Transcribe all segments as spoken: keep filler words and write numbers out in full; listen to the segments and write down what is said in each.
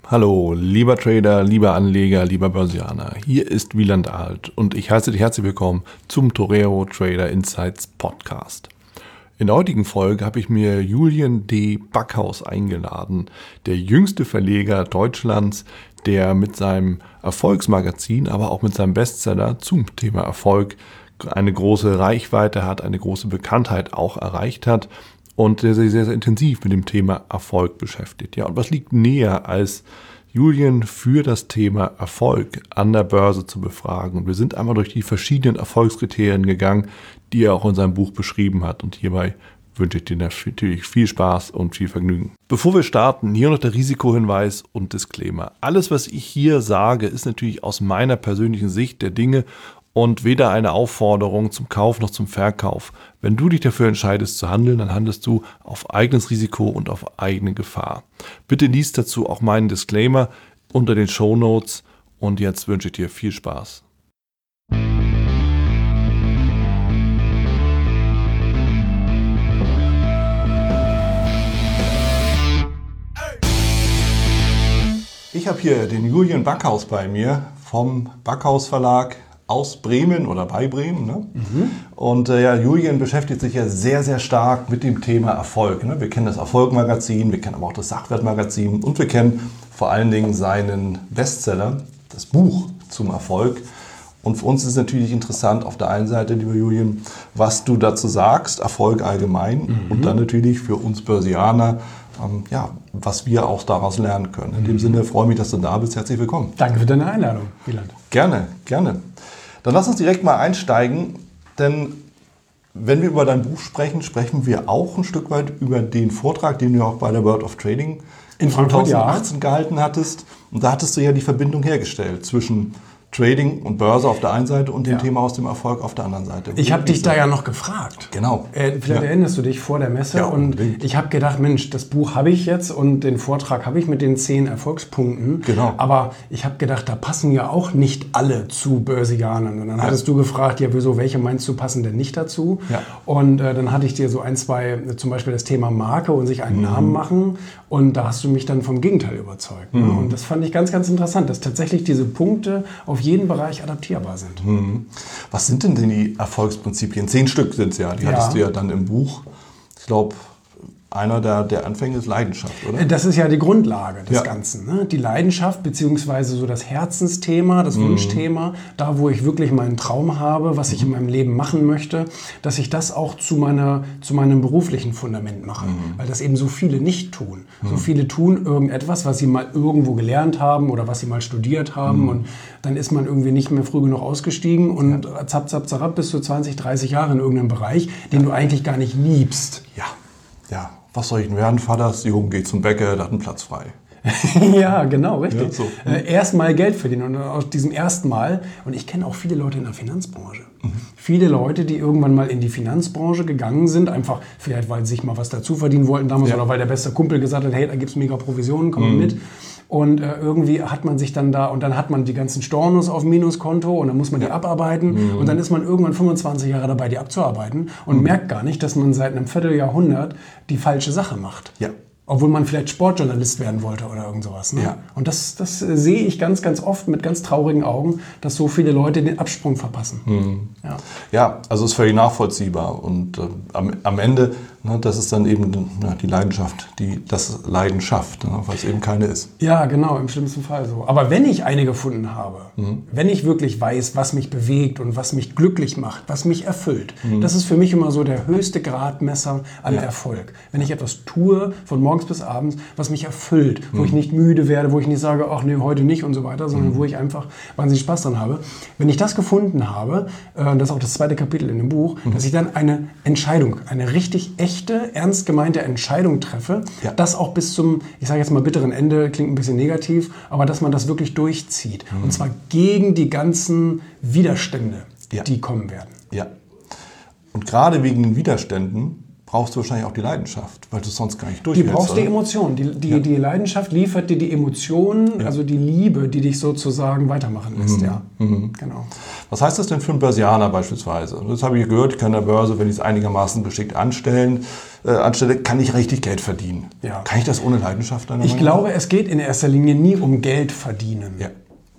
Hallo, lieber Trader, lieber Anleger, lieber Börsianer. Hier ist Wieland Alt und ich heiße dich herzlich willkommen zum Torero Trader Insights Podcast. In der heutigen Folge habe ich mir Julian D. Backhaus eingeladen, der jüngste Verleger Deutschlands, der mit seinem Erfolgsmagazin, aber auch mit seinem Bestseller zum Thema Erfolg eine große Reichweite hat, eine große Bekanntheit auch erreicht hat. Und der sich sehr, sehr intensiv mit dem Thema Erfolg beschäftigt. Ja, und was liegt näher, als Julian für das Thema Erfolg an der Börse zu befragen? Und wir sind einmal durch die verschiedenen Erfolgskriterien gegangen, die er auch in seinem Buch beschrieben hat. Und hierbei wünsche ich dir natürlich viel Spaß und viel Vergnügen. Bevor wir starten, hier noch der Risikohinweis und Disclaimer. Alles, was ich hier sage, ist natürlich aus meiner persönlichen Sicht der Dinge und weder eine Aufforderung zum Kauf noch zum Verkauf. Wenn du dich dafür entscheidest zu handeln, dann handelst du auf eigenes Risiko und auf eigene Gefahr. Bitte liest dazu auch meinen Disclaimer unter den Shownotes und jetzt wünsche ich dir viel Spaß. Ich habe hier den Julian Backhaus bei mir vom Backhaus Verlag aus Bremen oder bei Bremen. Ne? Mhm. Und äh, ja, Julian beschäftigt sich ja sehr, sehr stark mit dem Thema Erfolg. Ne? Wir kennen das Erfolg-Magazin, wir kennen aber auch das Sachwert-Magazin und wir kennen vor allen Dingen seinen Bestseller, das Buch zum Erfolg. Und für uns ist es natürlich interessant, auf der einen Seite, lieber Julian, was du dazu sagst, Erfolg allgemein, mhm. und dann natürlich für uns Börsianer, ähm, ja, was wir auch daraus lernen können. In dem Sinne freue ich mich, dass du da bist. Herzlich willkommen. Danke für deine Einladung, Wieland. Gerne, gerne. Dann lass uns direkt mal einsteigen, denn wenn wir über dein Buch sprechen, sprechen wir auch ein Stück weit über den Vortrag, den du auch bei der World of Trading in zweitausendachtzehn ja. gehalten hattest. Und da hattest du ja die Verbindung hergestellt zwischen Trading und Börse auf der einen Seite und dem ja. Thema aus dem Erfolg auf der anderen Seite. Ich habe dich da ja noch gefragt. Genau. Äh, vielleicht ja. erinnerst du dich vor der Messe. Ja, und unbedingt. Ich habe gedacht, Mensch, das Buch habe ich jetzt und den Vortrag habe ich mit den zehn Erfolgspunkten. Genau. Aber ich habe gedacht, da passen ja auch nicht alle zu Börsianern. Und dann ja. hattest du gefragt, ja, wieso, welche meinst du passen denn nicht dazu? Ja. Und äh, dann hatte ich dir so ein, zwei, zum Beispiel das Thema Marke und sich einen mhm. Namen machen. Und da hast du mich dann vom Gegenteil überzeugt. Mhm. Und das fand ich ganz, ganz interessant, dass tatsächlich diese Punkte auf jeden Bereich adaptierbar sind. Mhm. Was sind denn, denn die Erfolgsprinzipien? Zehn Stück sind es ja, die ja. hattest du ja dann im Buch. Ich glaube, einer der, der Anfänge ist Leidenschaft, oder? Das ist ja die Grundlage des ja. Ganzen. Ne? Die Leidenschaft beziehungsweise so das Herzensthema, das mhm. Wunschthema, da wo ich wirklich meinen Traum habe, was mhm. ich in meinem Leben machen möchte, dass ich das auch zu, meiner, zu meinem beruflichen Fundament mache. Mhm. Weil das eben so viele nicht tun. Mhm. So viele tun irgendetwas, was sie mal irgendwo gelernt haben oder was sie mal studiert haben mhm. und dann ist man irgendwie nicht mehr früh genug ausgestiegen und ja. zapp, zapp, zapp, bis zu zwanzig, dreißig Jahre in irgendeinem Bereich, den ja. du eigentlich gar nicht liebst. Ja, ja. Was soll ich denn werden? Vaters Jungen geht zum Bäcker, der hat einen Platz frei. Ja, genau, richtig. Ja, so. äh, Erstmal Geld verdienen und aus diesem ersten Mal, und ich kenne auch viele Leute in der Finanzbranche. Mhm. Viele Leute, die irgendwann mal in die Finanzbranche gegangen sind, einfach vielleicht, weil sie sich mal was dazu verdienen wollten damals ja. oder weil der beste Kumpel gesagt hat, hey, da gibt es mega Provisionen, komm mal mhm. mit. Und äh, irgendwie hat man sich dann da, und dann hat man die ganzen Stornos auf dem Minuskonto und dann muss man die ja. abarbeiten. Mhm. Und dann ist man irgendwann fünfundzwanzig Jahre dabei, die abzuarbeiten und mhm. merkt gar nicht, dass man seit einem Vierteljahrhundert die falsche Sache macht. Ja. Obwohl man vielleicht Sportjournalist werden wollte oder irgend sowas. Ne? Ja. Und das, das äh, sehe ich ganz, ganz oft mit ganz traurigen Augen, dass so viele Leute den Absprung verpassen. Mhm. Ja. ja, also ist völlig nachvollziehbar. Und äh, am, am Ende, ne, das ist dann eben ne, die Leidenschaft, die das Leiden schafft, ne, weil es eben keine ist. Ja, genau, im schlimmsten Fall so. Aber wenn ich eine gefunden habe, mhm. wenn ich wirklich weiß, was mich bewegt und was mich glücklich macht, was mich erfüllt, mhm. das ist für mich immer so der höchste Gradmesser an ja. Erfolg. Wenn ich etwas tue, von morgens bis abends, was mich erfüllt, wo mhm. ich nicht müde werde, wo ich nicht sage, ach nee, heute nicht und so weiter, sondern mhm. wo ich einfach wahnsinnig Spaß dran habe. Wenn ich das gefunden habe, äh, das ist auch das zweite Kapitel in dem Buch, mhm. dass ich dann eine Entscheidung, eine richtig echte, ernst gemeinte Entscheidung treffe, ja. das auch bis zum, ich sage jetzt mal bitteren Ende, klingt ein bisschen negativ, aber dass man das wirklich durchzieht. Mhm. Und zwar gegen die ganzen Widerstände, ja. die kommen werden. Ja. Und gerade wegen den Widerständen brauchst du wahrscheinlich auch die Leidenschaft, weil du es sonst gar nicht Die durchhältst. brauchst oder? die Emotion. Die, die, Ja. die Leidenschaft liefert dir die Emotionen, Ja. also die Liebe, die dich sozusagen weitermachen lässt. Mhm. Ja, Mhm. genau. Was heißt das denn für einen Börsianer beispielsweise? Das habe ich gehört, ich kann an der Börse, wenn ich es einigermaßen geschickt anstellen, äh, anstelle, kann ich richtig Geld verdienen. Ja. Kann ich das ohne Leidenschaft? deiner Ich Meinung nach? glaube, es geht in erster Linie nie um Geld verdienen. Ja.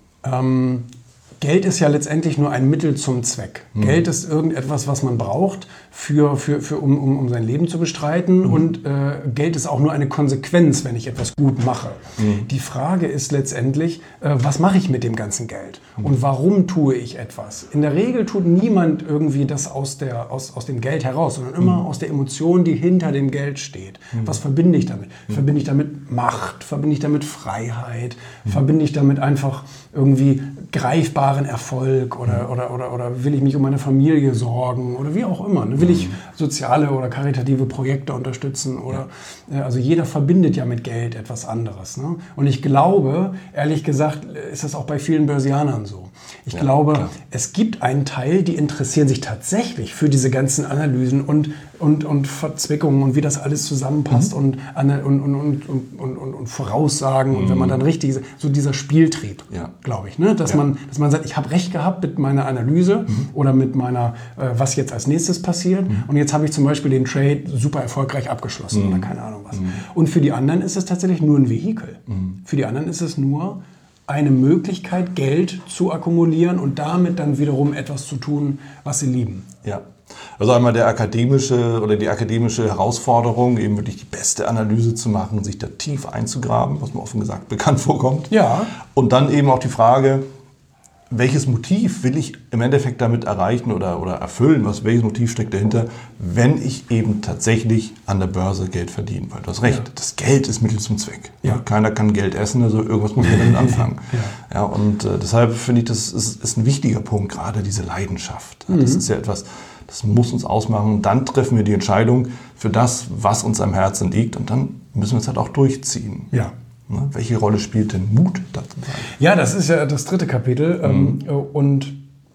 Ähm, Geld ist ja letztendlich nur ein Mittel zum Zweck. Mhm. Geld ist irgendetwas, was man braucht, für, für, für, um, um, um sein Leben zu bestreiten. Mhm. Und äh, Geld ist auch nur eine Konsequenz, wenn ich etwas gut mache. Mhm. Die Frage ist letztendlich, äh, was mache ich mit dem ganzen Geld? Mhm. Und warum tue ich etwas? In der Regel tut niemand irgendwie das aus, der, aus, aus dem Geld heraus, sondern immer mhm. aus der Emotion, die hinter dem Geld steht. Mhm. Was verbinde ich damit? Mhm. Verbinde ich damit Macht? Verbinde ich damit Freiheit? Mhm. Verbinde ich damit einfach irgendwie greifbaren Erfolg? Oder, mhm. oder, oder, oder will ich mich um meine Familie sorgen? Oder wie auch immer. Ne? Will ich soziale oder karitative Projekte unterstützen? Oder, ja. Also jeder verbindet ja mit Geld etwas anderes. Ne? Und ich glaube, ehrlich gesagt, ist das auch bei vielen Börsianern so. Ich ja, glaube, klar. es gibt einen Teil, die interessieren sich tatsächlich für diese ganzen Analysen und, und, und Verzwickungen und wie das alles zusammenpasst mhm. und, und, und, und, und, und, und Voraussagen. Mhm. Und wenn man dann richtig, so dieser Spieltrieb, ja. glaube ich, ne? dass, ja. man, dass man sagt, ich habe recht gehabt mit meiner Analyse mhm. oder mit meiner, äh, was jetzt als nächstes passiert. Mhm. Und jetzt habe ich zum Beispiel den Trade super erfolgreich abgeschlossen mhm. oder keine Ahnung was. Mhm. Und für die anderen ist es tatsächlich nur ein Vehikel. Mhm. Für die anderen ist es nur eine Möglichkeit, Geld zu akkumulieren und damit dann wiederum etwas zu tun, was sie lieben. Ja. Also einmal der akademische oder die akademische Herausforderung, eben wirklich die beste Analyse zu machen, sich da tief einzugraben, was mir offen gesagt bekannt vorkommt. Ja. Und dann eben auch die Frage, welches Motiv will ich im Endeffekt damit erreichen oder, oder erfüllen? Was, welches Motiv steckt dahinter, wenn ich eben tatsächlich an der Börse Geld verdiene? Weil du hast recht, ja. das Geld ist Mittel zum Zweck. Ja. Keiner kann Geld essen, also irgendwas muss man damit anfangen. Ja. Ja, und äh, deshalb finde ich, das ist, ist ein wichtiger Punkt, gerade diese Leidenschaft. Ja, das mhm. ist ja etwas, das muss uns ausmachen. Und dann treffen wir die Entscheidung für das, was uns am Herzen liegt. Und dann müssen wir es halt auch durchziehen. Ja. Welche Rolle spielt denn Mut dazu? Ja, das ist ja das dritte Kapitel. Mhm. Und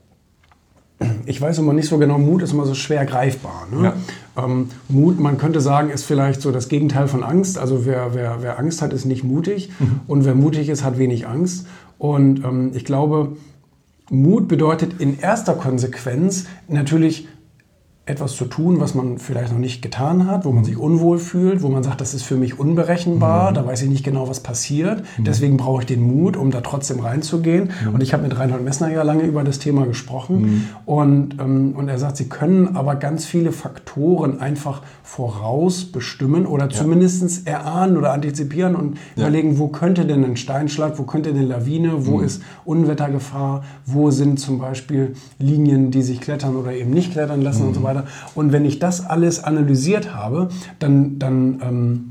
ich weiß immer nicht so genau, Mut ist immer so schwer greifbar. Ne? Ja. Ähm, Mut, man könnte sagen, ist vielleicht so das Gegenteil von Angst. Also wer, wer, wer Angst hat, ist nicht mutig. Mhm. Und wer mutig ist, hat wenig Angst. Und ähm, ich glaube, Mut bedeutet in erster Konsequenz natürlich etwas zu tun, was man vielleicht noch nicht getan hat, wo man sich unwohl fühlt, wo man sagt, das ist für mich unberechenbar, mhm. da weiß ich nicht genau, was passiert. Mhm. Deswegen brauche ich den Mut, um da trotzdem reinzugehen. Mhm. Und ich habe mit Reinhold Messner ja lange über das Thema gesprochen. Mhm. Und, ähm, und er sagt, sie können aber ganz viele Faktoren einfach vorausbestimmen oder zumindest erahnen oder antizipieren und ja. überlegen, wo könnte denn ein Steinschlag, wo könnte eine Lawine, wo mhm. ist Unwettergefahr, wo sind zum Beispiel Linien, die sich klettern oder eben nicht klettern lassen mhm. und so weiter. Und wenn ich das alles analysiert habe, dann, dann, ähm,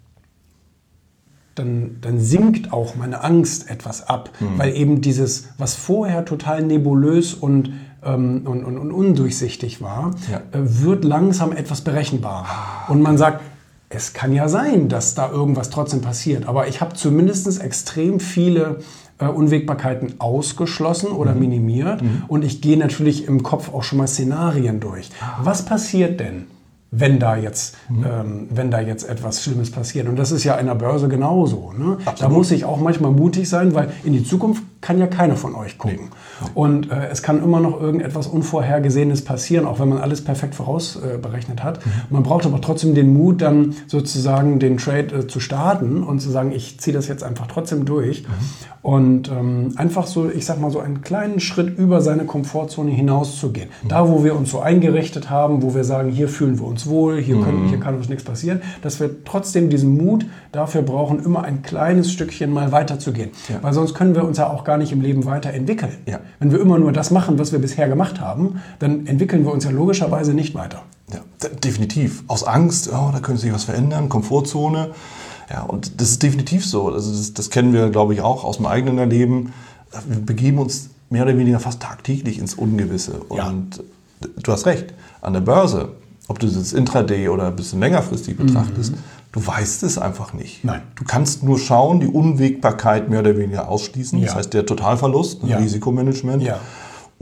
dann, dann sinkt auch meine Angst etwas ab. Mhm. Weil eben dieses, was vorher total nebulös und, ähm, und, und, und undurchsichtig war, ja. äh, wird langsam etwas berechenbarer. Ah. Und man sagt, es kann ja sein, dass da irgendwas trotzdem passiert. Aber ich habe zumindest extrem viele äh, Unwägbarkeiten ausgeschlossen oder mhm. minimiert. Mhm. Und ich gehe natürlich im Kopf auch schon mal Szenarien durch. Was passiert denn, wenn da jetzt, mhm. ähm, wenn da jetzt etwas Schlimmes passiert? Und das ist ja in der Börse genauso. Ne? Da muss ich auch manchmal mutig sein, weil in die Zukunft kann ja keiner von euch gucken. Nee. Und äh, es kann immer noch irgendetwas Unvorhergesehenes passieren, auch wenn man alles perfekt vorausberechnet äh, hat. Mhm. Man braucht aber trotzdem den Mut, dann sozusagen den Trade äh, zu starten und zu sagen, ich ziehe das jetzt einfach trotzdem durch. Mhm. Und ähm, einfach so, ich sag mal, so einen kleinen Schritt über seine Komfortzone hinauszugehen. Mhm. Da, wo wir uns so eingerichtet haben, wo wir sagen, hier fühlen wir uns wohl, hier, können, mhm. hier kann uns nichts passieren, dass wir trotzdem diesen Mut dafür brauchen, immer ein kleines Stückchen mal weiterzugehen. Ja. Weil sonst können wir uns ja auch gar nicht im Leben weiterentwickeln. Ja. Wenn wir immer nur das machen, was wir bisher gemacht haben, dann entwickeln wir uns ja logischerweise nicht weiter. Ja, definitiv. Aus Angst, oh, da könnte sich was verändern, Komfortzone. Ja, und das ist definitiv so. Also das, das kennen wir, glaube ich, auch aus dem eigenen Erleben. Wir begeben uns mehr oder weniger fast tagtäglich ins Ungewisse. Und ja. du hast recht, an der Börse, ob du das jetzt Intraday oder ein bisschen längerfristig betrachtest, mhm. du weißt es einfach nicht. Nein. Du kannst nur schauen, die Unwägbarkeit mehr oder weniger ausschließen. Ja. Das heißt, der Totalverlust, das ja. Risikomanagement. Ja.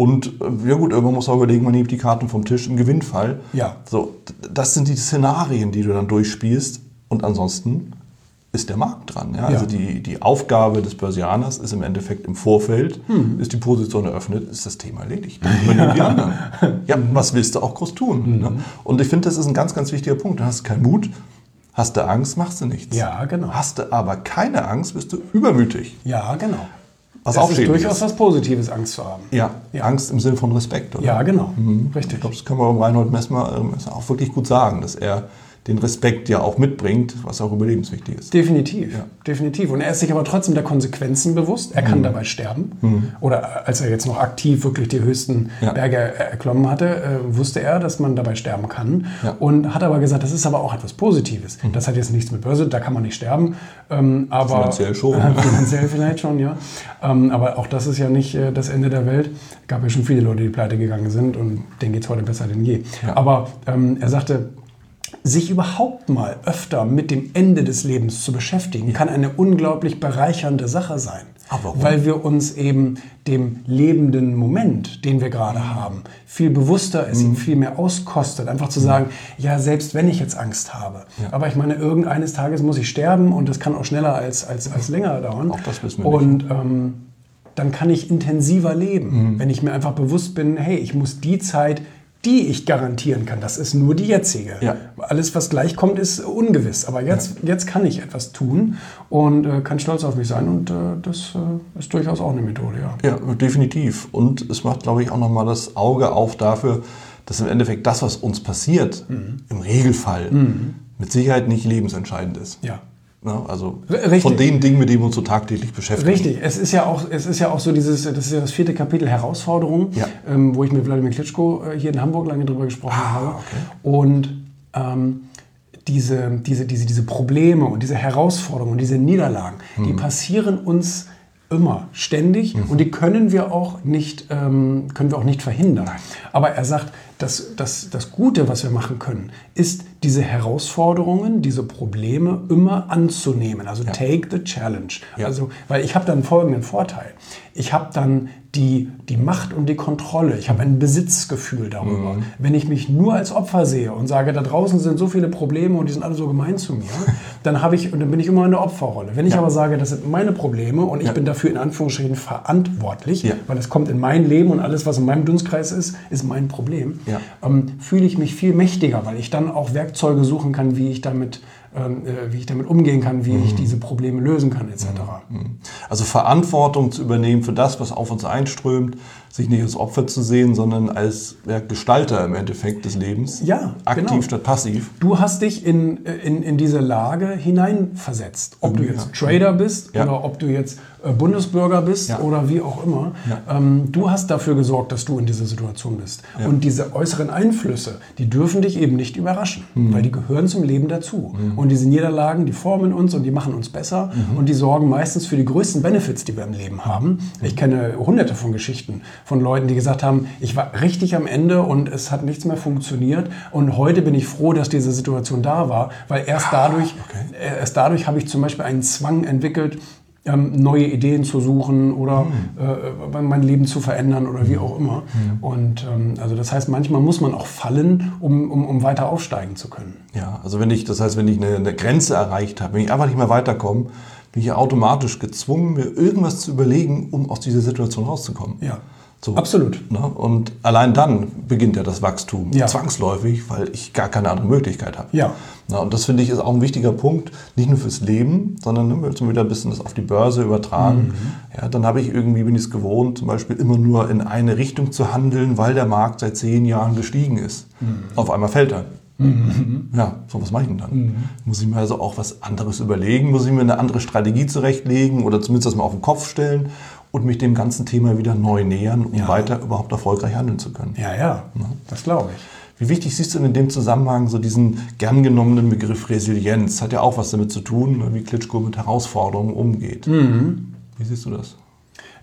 Und ja gut, irgendwann muss man überlegen, man nimmt die Karten vom Tisch im Gewinnfall. Ja. So, das sind die Szenarien, die du dann durchspielst. Und ansonsten ist der Markt dran. Ja? Ja. Also die, die Aufgabe des Börsianers ist im Endeffekt im Vorfeld, hm. ist die Position eröffnet, ist das Thema erledigt. Dann übernehmen die anderen. Ja, was willst du auch groß tun? Mhm. Ne? Und ich finde, das ist ein ganz, ganz wichtiger Punkt. Du hast keinen Mut, hast du Angst, machst du nichts. Ja, genau. Hast du aber keine Angst, bist du übermütig. Ja, genau. Was das auch ist durchaus ist. was Positives, Angst zu haben. Ja, ja, Angst im Sinne von Respekt, oder? Ja, genau. Mhm. Richtig. Ich glaube, das können wir beim Reinhold Messmer auch wirklich gut sagen, dass er den Respekt ja auch mitbringt, was auch überlebenswichtig ist. Definitiv, ja. definitiv. Und er ist sich aber trotzdem der Konsequenzen bewusst. Er kann mhm. dabei sterben. Mhm. Oder als er jetzt noch aktiv wirklich die höchsten ja. Berge erklommen hatte, äh, wusste er, dass man dabei sterben kann. Ja. Und hat aber gesagt, das ist aber auch etwas Positives. Mhm. Das hat jetzt nichts mit Börse, da kann man nicht sterben. Ähm, aber finanziell schon. Äh, finanziell vielleicht schon, ja. Ähm, aber auch das ist ja nicht äh, das Ende der Welt. Es gab ja schon viele Leute, die pleite gegangen sind und denen geht es heute besser denn je. Ja. Aber ähm, er sagte, sich überhaupt mal öfter mit dem Ende des Lebens zu beschäftigen, kann eine unglaublich bereichernde Sache sein. Aber weil wir uns eben dem lebenden Moment, den wir gerade mhm. haben, viel bewusster ist, mhm. viel mehr auskostet. Einfach zu sagen, ja, selbst wenn ich jetzt Angst habe, ja. aber ich meine, irgendeines Tages muss ich sterben und das kann auch schneller als, als, als länger dauern. Auch das wissen wir und nicht. Ähm, dann kann ich intensiver leben, mhm. wenn ich mir einfach bewusst bin, hey, ich muss die Zeit, die ich garantieren kann, das ist nur die jetzige. Ja. Alles, was gleich kommt, ist ungewiss. Aber jetzt, ja. jetzt kann ich etwas tun und äh, kann stolz auf mich sein. Und äh, das äh, ist durchaus auch eine Methode, ja. Ja, definitiv. Und es macht, glaube ich, auch nochmal das Auge auf dafür, dass im Endeffekt das, was uns passiert, mhm. im Regelfall mhm. mit Sicherheit nicht lebensentscheidend ist. Ja. Also Richtig. Von den Dingen, mit denen wir uns so tagtäglich beschäftigen. Richtig, es ist ja auch, es ist ja auch so dieses, das ist ja das vierte Kapitel Herausforderung, ja. ähm, wo ich mit Wladimir Klitschko äh, hier in Hamburg lange drüber gesprochen ah, habe. Okay. Und ähm, diese, diese, diese, diese Probleme und diese Herausforderungen und diese Niederlagen, hm. die passieren uns immer, ständig mhm. und die können wir auch nicht, ähm, können wir auch nicht verhindern. Nein. Aber er sagt, dass, dass das Gute, was wir machen können, ist, diese Herausforderungen, diese Probleme immer anzunehmen. Also ja. take the challenge. Ja. Also, weil ich habe dann folgenden Vorteil. Ich habe dann die, die Macht und die Kontrolle. Ich habe ein Besitzgefühl darüber. Mhm. Wenn ich mich nur als Opfer sehe und sage, da draußen sind so viele Probleme und die sind alle so gemein zu mir, dann, habe ich, und dann bin ich immer in der Opferrolle. Wenn ich ja. aber sage, das sind meine Probleme und ich ja. bin dafür in Anführungsstrichen verantwortlich, ja. weil es kommt in mein Leben und alles, was in meinem Dunstkreis ist, ist mein Problem, ja. ähm, fühle ich mich viel mächtiger, weil ich dann auch Werkzeuge suchen kann, wie ich damit ähm, wie ich damit umgehen kann, wie mhm. ich diese Probleme lösen kann, et cetera. Mhm. Also Verantwortung zu übernehmen für das, was auf uns einströmt, sich nicht als Opfer zu sehen, sondern als ja, Gestalter im Endeffekt des Lebens. Ja, aktiv genau. statt passiv. Du hast dich in, in, in diese Lage hineinversetzt. Ob du jetzt ja. Trader bist ja. oder ob du jetzt äh, Bundesbürger bist ja. oder wie auch immer. Ja. Ähm, du hast dafür gesorgt, dass du in dieser Situation bist. Ja. Und diese äußeren Einflüsse, die dürfen dich eben nicht überraschen, mhm. weil die gehören zum Leben dazu. Mhm. Und diese Niederlagen, die formen uns und die machen uns besser mhm. und die sorgen meistens für die größten Benefits, die wir im Leben haben. Ich kenne hunderte von Geschichten von Leuten, die gesagt haben, ich war richtig am Ende und es hat nichts mehr funktioniert und heute bin ich froh, dass diese Situation da war, weil erst dadurch, okay. erst dadurch habe ich zum Beispiel einen Zwang entwickelt, ähm, neue Ideen zu suchen oder mhm. äh, mein Leben zu verändern oder wie auch immer. Mhm. Und ähm, also das heißt, manchmal muss man auch fallen, um, um, um weiter aufsteigen zu können. Ja, also wenn ich, das heißt, wenn ich eine, eine Grenze erreicht habe, wenn ich einfach nicht mehr weiterkomme, bin ich ja automatisch gezwungen, mir irgendwas zu überlegen, um aus dieser Situation rauszukommen. Ja. So, absolut. Ne? Und allein dann beginnt ja das Wachstum, ja. zwangsläufig, weil ich gar keine andere Möglichkeit habe. Ja. Na, und das finde ich ist auch ein wichtiger Punkt, nicht nur fürs Leben, sondern ne, wenn wir wieder ein bisschen das auf die Börse übertragen, mhm. ja, dann habe ich irgendwie, bin ich es gewohnt, zum Beispiel immer nur in eine Richtung zu handeln, weil der Markt seit zehn Jahren gestiegen ist. Mhm. Auf einmal fällt er. Mhm. Ja, so was mache ich denn dann? Mhm. Muss ich mir also auch was anderes überlegen? Muss ich mir eine andere Strategie zurechtlegen oder zumindest das mal auf den Kopf stellen und mich dem ganzen Thema wieder neu nähern, um ja. weiter überhaupt erfolgreich handeln zu können? Ja, ja, ja. Das glaube ich. Wie wichtig siehst du in dem Zusammenhang so diesen gern genommenen Begriff Resilienz? Hat ja auch was damit zu tun, wie Klitschko mit Herausforderungen umgeht. Mhm. Wie siehst du das?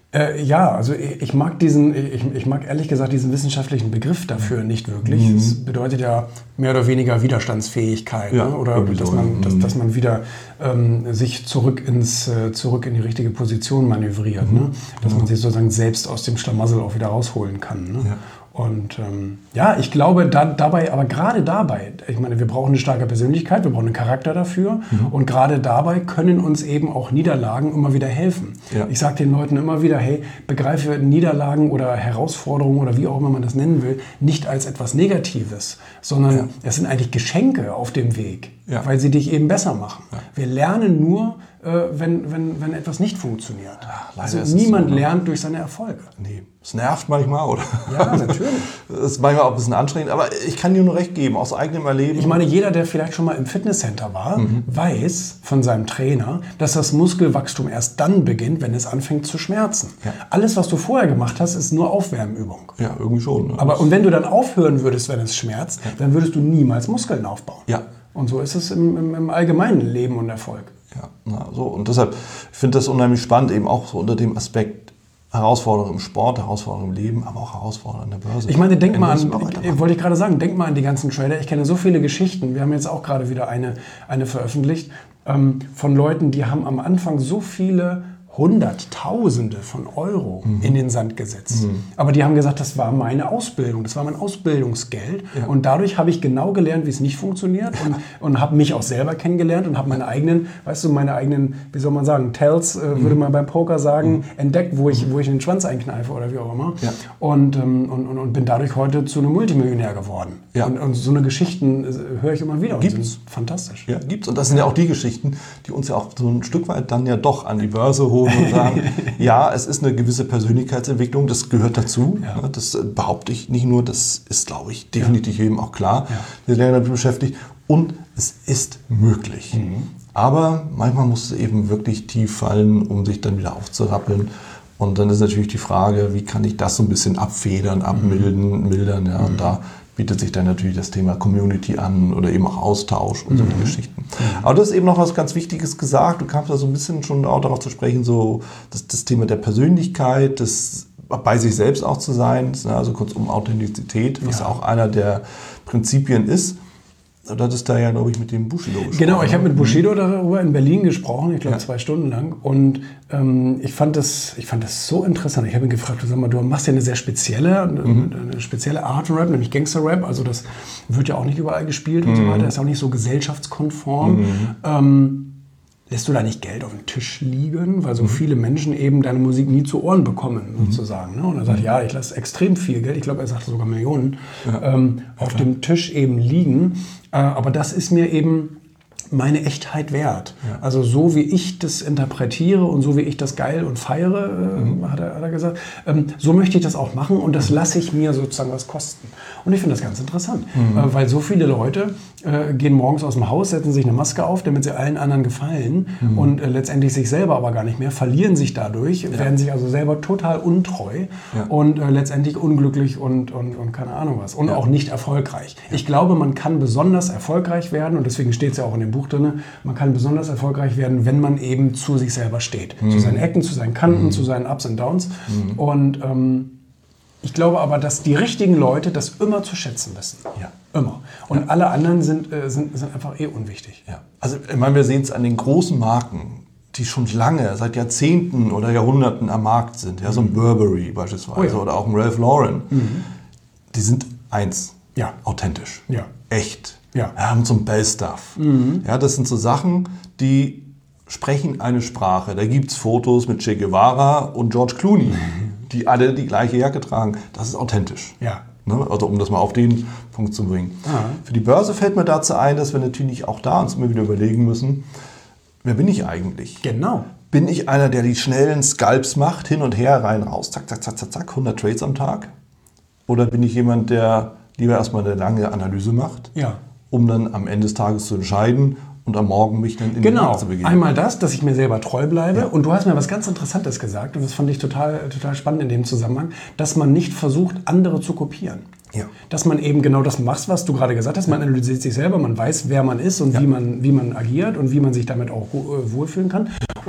Äh, ja, also ich, ich mag diesen, ich, ich mag ehrlich gesagt diesen wissenschaftlichen Begriff dafür nicht wirklich. Mhm. Das bedeutet ja mehr oder weniger Widerstandsfähigkeit, ja, ne? Oder dass man, dass, dass man wieder ähm, sich zurück ins äh, zurück in die richtige Position manövriert, mhm. ne? Dass man sich sozusagen selbst aus dem Schlamassel auch wieder rausholen kann. Ne? Ja. Und ähm, ja, ich glaube da, dabei, aber gerade dabei, ich meine, wir brauchen eine starke Persönlichkeit, wir brauchen einen Charakter dafür mhm. und gerade dabei können uns eben auch Niederlagen immer wieder helfen. Ja. Ich sage den Leuten immer wieder, hey, begreife Niederlagen oder Herausforderungen oder wie auch immer man das nennen will, nicht als etwas Negatives, sondern ja. es sind eigentlich Geschenke auf dem Weg, ja. weil sie dich eben besser machen. Ja. Wir lernen nur, Wenn, wenn, wenn etwas nicht funktioniert. Ja, also niemand so, ne? lernt durch seine Erfolge. Nee, es nervt manchmal, oder? Ja, natürlich. Es ist manchmal auch ein bisschen anstrengend, aber ich kann dir nur recht geben, aus eigenem Erleben. Ich meine, jeder, der vielleicht schon mal im Fitnesscenter war, mhm. weiß von seinem Trainer, dass das Muskelwachstum erst dann beginnt, wenn es anfängt zu schmerzen. Ja. Alles, was du vorher gemacht hast, ist nur Aufwärmübung. Ja, irgendwie schon. Ne? Aber und wenn du dann aufhören würdest, wenn es schmerzt, ja. dann würdest du niemals Muskeln aufbauen. Ja. Und so ist es im, im, im allgemeinen Leben und Erfolg. Ja, na, so. Und deshalb finde ich das unheimlich spannend, eben auch so unter dem Aspekt Herausforderungen im Sport, Herausforderungen im Leben, aber auch Herausforderungen an der Börse. Ich meine, denk mal an, wollte ich gerade sagen, denk mal an die ganzen Trader. Ich kenne so viele Geschichten. Wir haben jetzt auch gerade wieder eine, eine veröffentlicht ähm, von Leuten, die haben am Anfang so viele Hunderttausende von Euro mhm. in den Sand gesetzt. Mhm. Aber die haben gesagt, das war meine Ausbildung, das war mein Ausbildungsgeld. Ja. Und dadurch habe ich genau gelernt, wie es nicht funktioniert und, und habe mich auch selber kennengelernt und habe meine eigenen, weißt du, meine eigenen, wie soll man sagen, Tells, äh, mhm. würde man beim Poker sagen, mhm. entdeckt, wo ich, wo ich den Schwanz einkneife oder wie auch immer. Ja. Und, ähm, und, und bin dadurch heute zu einem Multimillionär geworden. Ja. Und, und so eine Geschichten äh, höre ich immer wieder. Gibt's. Und sind fantastisch. Ja, gibt's. Und das sind ja auch die Geschichten, die uns ja auch so ein Stück weit dann ja doch an die Börse holen und sagen, ja, es ist eine gewisse Persönlichkeitsentwicklung, das gehört dazu. Ja. Das behaupte ich nicht nur, das ist, glaube ich, definitiv ja. jedem auch klar, ja. der sich damit beschäftigt. Und es ist möglich. Mhm. Aber manchmal muss es eben wirklich tief fallen, um sich dann wieder aufzurappeln. Und dann ist natürlich die Frage, wie kann ich das so ein bisschen abfedern, abmildern, mhm. mildern. Ja? Und da bietet sich dann natürlich das Thema Community an oder eben auch Austausch und so mhm. Geschichten. Mhm. Aber du hast eben noch was ganz Wichtiges gesagt. Du kamst da so ein bisschen schon auch darauf zu sprechen, so das, das Thema der Persönlichkeit, das bei sich selbst auch zu sein, also kurzum Authentizität, was ja auch einer der Prinzipien ist. Du hattest da ja, glaube ich, mit dem Bushido gesprochen. Genau, ich habe mit Bushido darüber in Berlin gesprochen, ich glaube ja. zwei Stunden lang. Und ähm, ich, fand das, ich fand das so interessant. Ich habe ihn gefragt, du, sag mal, du machst ja eine sehr spezielle, mhm. eine spezielle Art Rap, nämlich Gangster-Rap. Also das wird ja auch nicht überall gespielt mhm. und so weiter. Ist auch nicht so gesellschaftskonform. Mhm. Ähm, lässt du da nicht Geld auf dem Tisch liegen, weil so mhm. viele Menschen eben deine Musik nie zu Ohren bekommen, mhm. sozusagen. Ne? Und er sagt, ja, ich lasse extrem viel Geld, ich glaube, er sagte sogar Millionen, ja. ähm, auf ja, dem Tisch eben liegen. Äh, aber das ist mir eben meine Echtheit wert. Ja. Also so wie ich das interpretiere und so wie ich das geil und feiere, äh, mhm. hat, er, hat er gesagt, ähm, so möchte ich das auch machen und das lasse ich mir sozusagen was kosten. Und ich finde das ganz interessant, mhm. äh, weil so viele Leute äh, gehen morgens aus dem Haus, setzen sich eine Maske auf, damit sie allen anderen gefallen mhm. und äh, letztendlich sich selber aber gar nicht mehr, verlieren sich dadurch, ja. werden sich also selber total untreu ja. und äh, letztendlich unglücklich und, und, und keine Ahnung was. Und ja. auch nicht erfolgreich. Ja. Ich glaube, man kann besonders erfolgreich werden und deswegen steht es ja auch in dem Buch drin, man kann besonders erfolgreich werden, wenn man eben zu sich selber steht. Mhm. Zu seinen Ecken, zu seinen Kanten, mhm. zu seinen Ups und Downs. Mhm. Und ähm, ich glaube aber, dass die richtigen Leute das immer zu schätzen wissen. Ja. Immer. Und ja. alle anderen sind, äh, sind, sind einfach eh unwichtig. Ja. Also ich meine, wir sehen es an den großen Marken, die schon lange, seit Jahrzehnten oder Jahrhunderten am Markt sind. Ja, so ein Burberry beispielsweise oh ja. oder auch ein Ralph Lauren. Mhm. Die sind eins, ja. authentisch, ja. echt. Ja. Wir haben so ein Bell-Stuff. Mhm. Ja, das sind so Sachen, die sprechen eine Sprache. Da gibt es Fotos mit Che Guevara und George Clooney, mhm. die alle die gleiche Jacke tragen. Das ist authentisch. Ja. Ne? Also um das mal auf den Punkt zu bringen. Aha. Für die Börse fällt mir dazu ein, dass wir natürlich auch da uns immer wieder überlegen müssen, wer bin ich eigentlich? Genau. Bin ich einer, der die schnellen Scalps macht, hin und her, rein, raus, zack, zack, zack, zack, zack, hundert Trades am Tag? Oder bin ich jemand, der lieber erstmal eine lange Analyse macht? Ja. Um dann am Ende des Tages zu entscheiden und am Morgen mich dann in genau. den Markt zu begeben. Einmal das, dass ich mir selber treu bleibe. Ja. Und du hast mir was ganz Interessantes gesagt, und das fand ich total, total spannend in dem Zusammenhang, dass man nicht versucht, andere zu kopieren. Ja. Dass man eben genau das macht, was du gerade gesagt hast. Man analysiert sich selber, man weiß, wer man ist und ja. wie man, wie man agiert und wie man sich damit auch wohlfühlen kann.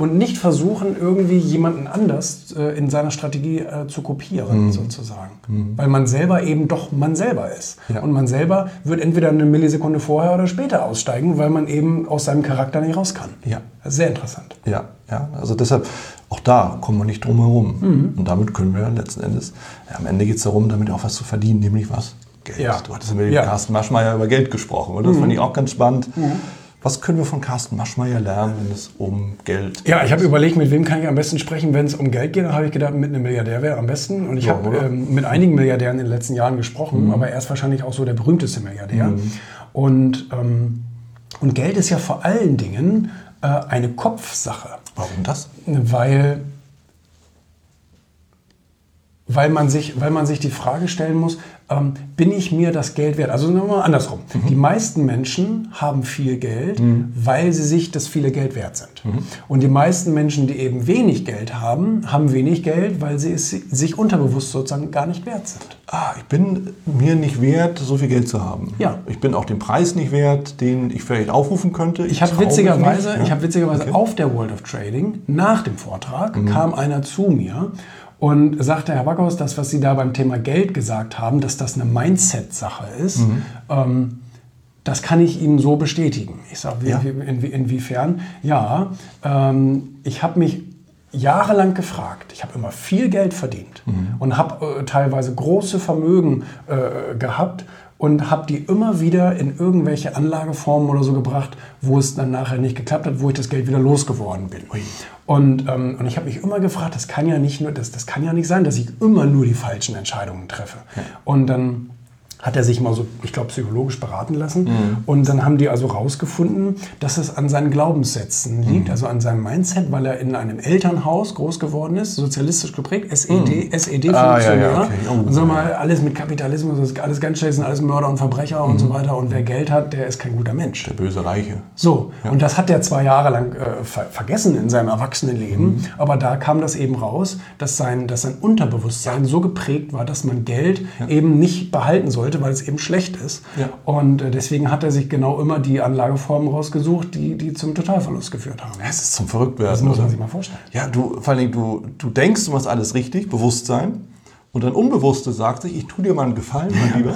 und nicht versuchen, irgendwie jemanden anders äh, in seiner Strategie äh, zu kopieren, mhm. sozusagen. Mhm. Weil man selber eben doch man selber ist. Ja. Und man selber wird entweder eine Millisekunde vorher oder später aussteigen, weil man eben aus seinem Charakter nicht raus kann. Ja. Das ist sehr interessant. Ja, ja, also deshalb, auch da kommen wir nicht drum herum. Mhm. Und damit können wir letzten Endes, ja, am Ende geht es darum, damit auch was zu verdienen, nämlich was? Geld. Ja. Du hattest ja mit dem ja. Carsten Maschmeyer über Geld gesprochen, oder? Das mhm. fand ich auch ganz spannend. Mhm. Was können wir von Carsten Maschmeyer lernen, wenn es um Geld geht? Ja, ich habe überlegt, mit wem kann ich am besten sprechen, wenn es um Geld geht. Da habe ich gedacht, mit einem Milliardär wäre am besten. Und ich ja, habe ähm, mit einigen Milliardären in den letzten Jahren gesprochen, mhm. aber er ist wahrscheinlich auch so der berühmteste Milliardär. Mhm. Und, ähm, und Geld ist ja vor allen Dingen äh, eine Kopfsache. Warum das? Weil, weil, man sich, weil man sich die Frage stellen muss, ähm, bin ich mir das Geld wert? Also sagen wir mal andersrum. Mhm. Die meisten Menschen haben viel Geld, mhm. weil sie sich das viele Geld wert sind. Mhm. Und die meisten Menschen, die eben wenig Geld haben, haben wenig Geld, weil sie es sich unterbewusst sozusagen gar nicht wert sind. Ah, ich bin mir nicht wert, so viel Geld zu haben. Ja. Ich bin auch den Preis nicht wert, den ich vielleicht aufrufen könnte. Ich, ich habe witzigerweise, ja. ich hab witzigerweise okay. auf der World of Trading, nach dem Vortrag, mhm. kam einer zu mir und sagte, Herr Backhaus, das, was Sie da beim Thema Geld gesagt haben, dass das eine Mindset-Sache ist, mhm. ähm, das kann ich Ihnen so bestätigen. Ich sage, ja. in, inwiefern? Ja, ähm, ich habe mich jahrelang gefragt. Ich habe immer viel Geld verdient mhm. und habe äh, teilweise große Vermögen äh, gehabt und habe die immer wieder in irgendwelche Anlageformen oder so gebracht, wo es dann nachher nicht geklappt hat, wo ich das Geld wieder losgeworden bin. Ui. Und, ähm, und ich habe mich immer gefragt, das kann ja nicht nur, das, das kann ja nicht sein, dass ich immer nur die falschen Entscheidungen treffe. Ja. Und dann hat er sich mal so, ich glaube, psychologisch beraten lassen. Mhm. Und dann haben die also rausgefunden, dass es an seinen Glaubenssätzen liegt, mhm. also an seinem Mindset, weil er in einem Elternhaus groß geworden ist, sozialistisch geprägt, S E D, mhm. S E D-Funktionär. Ah, ja, ja, okay. oh, und sag mal, alles mit Kapitalismus, das ist alles ganz schlecht, sind alles Mörder und Verbrecher mhm. und so weiter. Und wer Geld hat, der ist kein guter Mensch. Der böse Reiche. So, ja. Und das hat er zwei Jahre lang äh, ver- vergessen in seinem Erwachsenenleben. Mhm. Aber da kam das eben raus, dass sein, dass sein Unterbewusstsein ja. so geprägt war, dass man Geld ja. eben nicht behalten sollte, weil es eben schlecht ist. Ja. Und deswegen hat er sich genau immer die Anlageformen rausgesucht, die, die zum Totalverlust geführt haben. Es ist zum Verrücktwerden. Das muss man sich mal vorstellen. Ja, du, vor allem, du, du denkst, du machst alles richtig, Bewusstsein. Und dein Unbewusste sagt sich, ich tue dir mal einen Gefallen, mein Lieber.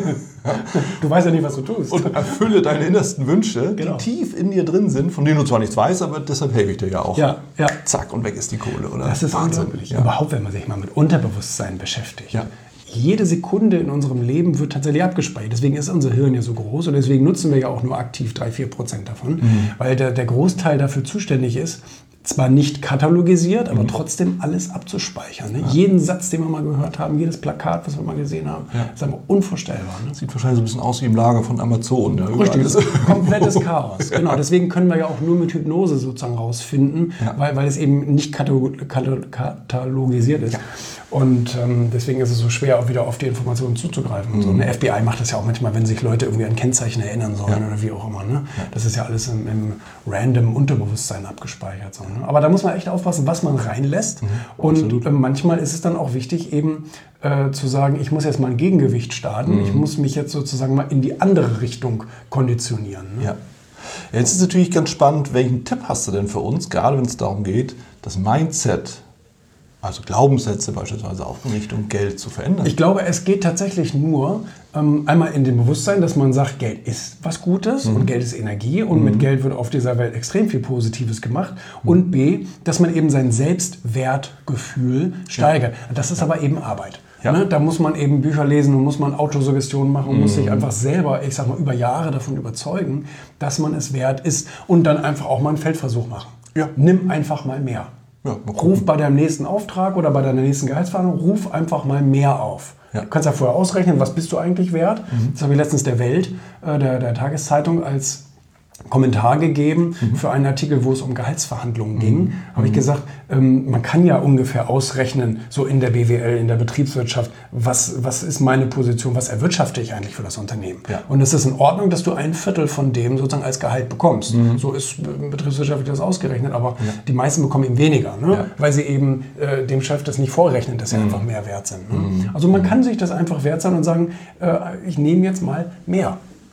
Du weißt ja nicht, was du tust. Und erfülle deine innersten Wünsche, genau. die tief in dir drin sind, von denen du zwar nichts weißt, aber deshalb helfe ich dir ja auch. Ja, ja. Zack, und weg ist die Kohle, oder? Das ist Wahnsinn. Unglaublich. Ja. Überhaupt, wenn man sich mal mit Unterbewusstsein beschäftigt. Ja. Jede Sekunde in unserem Leben wird tatsächlich abgespeichert. Deswegen ist unser Hirn ja so groß und deswegen nutzen wir ja auch nur aktiv drei bis vier Prozent davon, mhm. weil der, der Großteil dafür zuständig ist, zwar nicht katalogisiert, aber mhm. trotzdem alles abzuspeichern. Ne? Ja. Jeden Satz, den wir mal gehört haben, jedes Plakat, was wir mal gesehen haben, ja. ist einfach unvorstellbar. Ne? Sieht wahrscheinlich so ein bisschen aus wie im Lager von Amazon. Ne? Richtig, das ist komplettes Chaos. Genau, deswegen können wir ja auch nur mit Hypnose sozusagen rausfinden, ja. weil, weil es eben nicht katalogisiert ist. Ja. Und ähm, deswegen ist es so schwer, auch wieder auf die Informationen zuzugreifen. Und so. Eine F B I macht das ja auch manchmal, wenn sich Leute irgendwie an Kennzeichen erinnern sollen ja. oder wie auch immer. Ne? Ja. Das ist ja alles im, im random Unterbewusstsein abgespeichert. So, ne? Aber da muss man echt aufpassen, was man reinlässt. Mhm. Und äh, manchmal ist es dann auch wichtig, eben äh, zu sagen, ich muss jetzt mal ein Gegengewicht starten. Mhm. Ich muss mich jetzt sozusagen mal in die andere Richtung konditionieren. Ne? Ja. Jetzt ist natürlich ganz spannend, welchen Tipp hast du denn für uns, gerade wenn es darum geht, das Mindset, also Glaubenssätze beispielsweise auch in Richtung Geld zu verändern? Ich glaube, es geht tatsächlich nur ähm, einmal in dem Bewusstsein, dass man sagt, Geld ist was Gutes mhm. und Geld ist Energie und mhm. mit Geld wird auf dieser Welt extrem viel Positives gemacht. Mhm. Und B, dass man eben sein Selbstwertgefühl steigert. Ja. Das ist ja. aber eben Arbeit. Ja. Ne? Da muss man eben Bücher lesen und muss man Autosuggestionen machen und mhm. muss sich einfach selber, ich sag mal, über Jahre davon überzeugen, dass man es wert ist und dann einfach auch mal einen Feldversuch machen. Ja. Nimm einfach mal mehr. Ja, ruf bei deinem nächsten Auftrag oder bei deiner nächsten Gehaltsverhandlung, ruf einfach mal mehr auf. Ja. Du kannst ja vorher ausrechnen, was bist du eigentlich wert. Mhm. Das habe ich letztens der Welt, äh, der, der Tageszeitung, als Kommentar gegeben mhm. für einen Artikel, wo es um Gehaltsverhandlungen mhm. ging. Habe ich gesagt, ähm, man kann ja ungefähr ausrechnen, so in der B W L, in der Betriebswirtschaft, was, was ist meine Position, was erwirtschafte ich eigentlich für das Unternehmen. Ja. Und es ist in Ordnung, dass du ein Viertel von dem sozusagen als Gehalt bekommst. Mhm. So ist betriebswirtschaftlich das ausgerechnet, aber ja. die meisten bekommen eben weniger, ne? Ja. weil sie eben äh, dem Chef das nicht vorrechnen, dass sie mhm. einfach mehr wert sind. Ne? Mhm. Also man kann sich das einfach wert sein und sagen, äh, ich nehme jetzt mal mehr.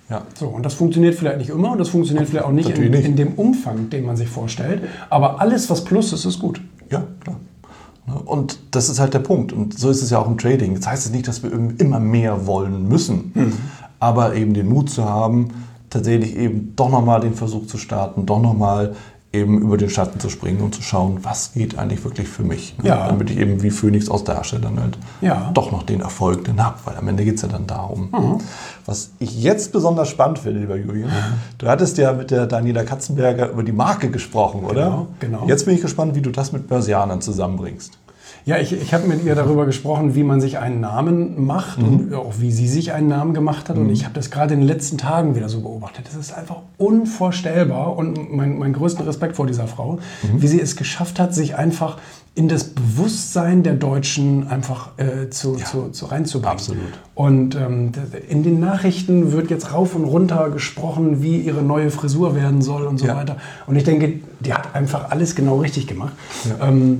Ja. So, und das funktioniert vielleicht nicht immer und das funktioniert vielleicht auch nicht in, nicht in dem Umfang, den man sich vorstellt. Aber alles, was Plus ist, ist gut. Ja, klar. Und das ist halt der Punkt. Und so ist es ja auch im Trading. Das heißt nicht, dass wir immer mehr wollen müssen, mhm. aber eben den Mut zu haben, tatsächlich eben doch nochmal den Versuch zu starten, doch nochmal eben über den Schatten zu springen und zu schauen, was geht eigentlich wirklich für mich. Ne? Ja. Damit ich eben wie Phönix aus der Asche dann halt ja. doch noch den Erfolg dann habe. Weil am Ende geht es ja dann darum. Mhm. Was ich jetzt besonders spannend finde, lieber Julian, mhm. du hattest ja mit der Daniela Katzenberger über die Marke gesprochen, oder? Genau, genau. Jetzt bin ich gespannt, wie du das mit Börsianern zusammenbringst. Ja, ich, ich habe mit ihr darüber gesprochen, wie man sich einen Namen macht mhm. und auch wie sie sich einen Namen gemacht hat. Mhm. Und ich habe das gerade in den letzten Tagen wieder so beobachtet. Das ist einfach unvorstellbar und mein, mein größten Respekt vor dieser Frau, mhm. wie sie es geschafft hat, sich einfach in das Bewusstsein der Deutschen einfach äh, zu, ja. zu, zu reinzubringen. Absolut. Und ähm, in den Nachrichten wird jetzt rauf und runter gesprochen, wie ihre neue Frisur werden soll und so ja. weiter. Und ich denke, die hat einfach alles genau richtig gemacht. Ja. Ähm,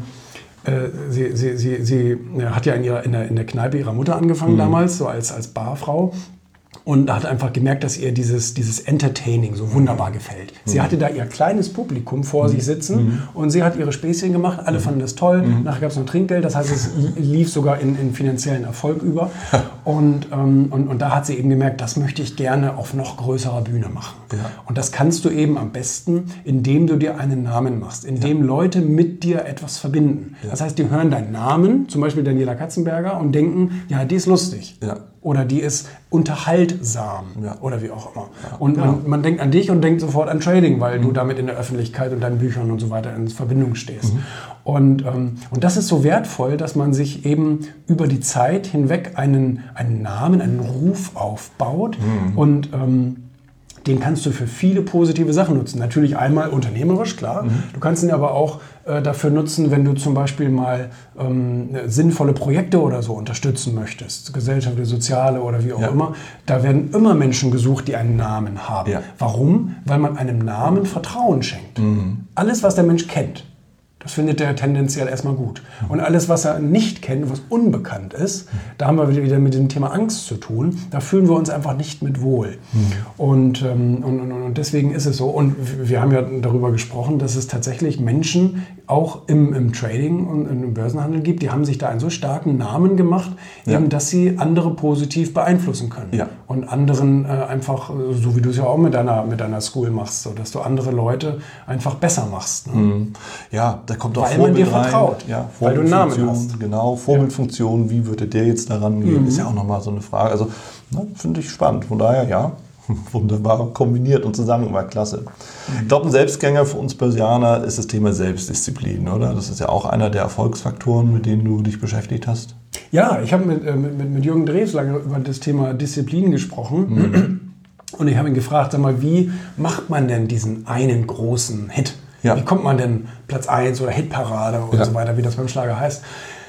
Sie, sie, sie, sie hat ja in, ihrer, in, der, in der Kneipe ihrer Mutter angefangen mhm. damals, so als, als Barfrau. Und hat einfach gemerkt, dass ihr dieses, dieses Entertaining so wunderbar gefällt. Sie hatte da ihr kleines Publikum vor mhm. sich sitzen mhm. und sie hat ihre Späßchen gemacht. Alle mhm. fanden das toll. Mhm. Nachher gab es noch Trinkgeld. Das heißt, es lief sogar in, in finanziellen Erfolg über. und, ähm, und, und da hat sie eben gemerkt, das möchte ich gerne auf noch größerer Bühne machen. Ja. Und das kannst du eben am besten, indem du dir einen Namen machst, indem ja. Leute mit dir etwas verbinden. Ja. Das heißt, die hören deinen Namen, zum Beispiel Daniela Katzenberger, und denken, ja, die ist lustig. Ja. Oder die ist unterhaltsam ja. oder wie auch immer. Ja. Und man, ja. man denkt an dich und denkt sofort an Trading, weil mhm. du damit in der Öffentlichkeit und deinen Büchern und so weiter in Verbindung stehst. Mhm. Und, ähm, und das ist so wertvoll, dass man sich eben über die Zeit hinweg einen, einen Namen, einen Ruf aufbaut mhm. und ähm, den kannst du für viele positive Sachen nutzen. Natürlich einmal unternehmerisch, klar. Mhm. Du kannst ihn aber auch äh, dafür nutzen, wenn du zum Beispiel mal ähm, sinnvolle Projekte oder so unterstützen möchtest. Gesellschaftliche, soziale oder wie auch ja. immer. Da werden immer Menschen gesucht, die einen Namen haben. Ja. Warum? Weil man einem Namen Vertrauen schenkt. Mhm. Alles, was der Mensch kennt, das findet er tendenziell erstmal gut. Und alles, was er nicht kennt, was unbekannt ist, da haben wir wieder mit dem Thema Angst zu tun. Da fühlen wir uns einfach nicht mit wohl. Mhm. Und, ähm, und, und, und deswegen ist es so. Und wir haben ja darüber gesprochen, dass es tatsächlich Menschen auch im, im Trading und im Börsenhandel gibt, die haben sich da einen so starken Namen gemacht, ja. eben, dass sie andere positiv beeinflussen können. Ja. Und anderen äh, einfach, so wie du es ja auch mit deiner, mit deiner School machst, so, dass du andere Leute einfach besser machst. Ne? Mhm. Ja, da kommt auch weil Vorbild man dir rein. vertraut, ja, weil du einen Namen hast. Genau, Vorbildfunktion, wie würde der jetzt daran gehen, mhm. ist ja auch nochmal so eine Frage. Also finde ich spannend, von daher ja, wunderbar kombiniert und zusammen war klasse. Mhm. Ich glaube, ein Selbstgänger für uns Börsianer ist das Thema Selbstdisziplin, oder? Das ist ja auch einer der Erfolgsfaktoren, mit denen du dich beschäftigt hast. Ja, ich habe mit, mit, mit Jürgen Drews lange über das Thema Disziplin gesprochen. Mhm. Und ich habe ihn gefragt, sag mal, wie macht man denn diesen einen großen Hit? Ja. Wie kommt man denn Platz eins oder Hitparade und ja. so weiter, wie das beim Schlager heißt?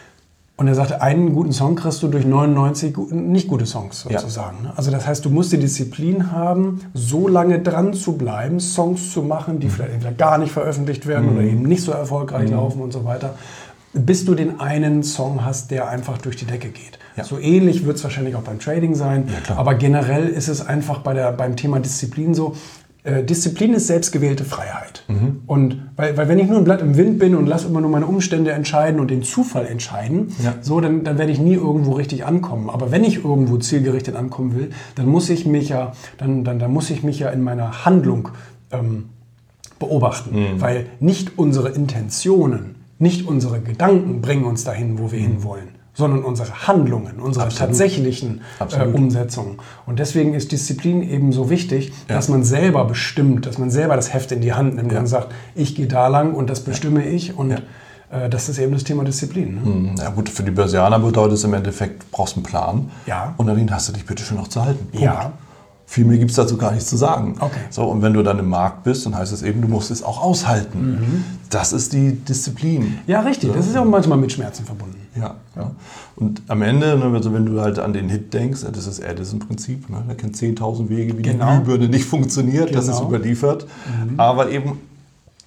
Und er sagte, einen guten Song kriegst du durch neunundneunzig nicht gute Songs sozusagen. Ja. Also das heißt, du musst die Disziplin haben, so lange dran zu bleiben, Songs zu machen, die mhm. vielleicht entweder gar nicht veröffentlicht werden mhm. oder eben nicht so erfolgreich mhm. laufen und so weiter, bis du den einen Song hast, der einfach durch die Decke geht. Ja. So ähnlich wird es wahrscheinlich auch beim Trading sein, ja, aber generell ist es einfach bei der, beim Thema Disziplin so, Disziplin ist selbstgewählte Freiheit. Mhm. Und weil, weil wenn ich nur ein Blatt im Wind bin und lasse immer nur meine Umstände entscheiden und den Zufall entscheiden, ja. so, dann, dann werde ich nie irgendwo richtig ankommen. Aber wenn ich irgendwo zielgerichtet ankommen will, dann muss ich mich ja, dann, dann, dann muss ich mich ja in meiner Handlung ähm, beobachten. Mhm. Weil nicht unsere Intentionen, nicht unsere Gedanken bringen uns dahin, wo wir mhm. hinwollen, sondern unsere Handlungen, unsere Absolut. tatsächlichen äh, Umsetzungen. Und deswegen ist Disziplin eben so wichtig, ja. dass man selber bestimmt, dass man selber das Heft in die Hand nimmt ja. und sagt, ich gehe da lang und das bestimme ja. ich. Und ja. äh, das ist eben das Thema Disziplin. Ne? Ja gut, für die Börsianer bedeutet es im Endeffekt, du brauchst einen Plan ja. und an den hast du dich bitte schön noch zu halten. Punkt. Ja. Viel mehr gibt es dazu gar nichts zu sagen. Okay. So, und wenn du dann im Markt bist, dann heißt es eben, du musst es auch aushalten. Mhm. Das ist die Disziplin. Ja, richtig. Das ist ja auch manchmal mit Schmerzen verbunden. Ja. ja. Und am Ende, also wenn du halt an den Hit denkst, das ist Edison-Prinzip. Ne? Der kennt zehntausend Wege, wie genau. die Glühbirne nicht funktioniert. Genau. Das ist überliefert. Mhm. Aber eben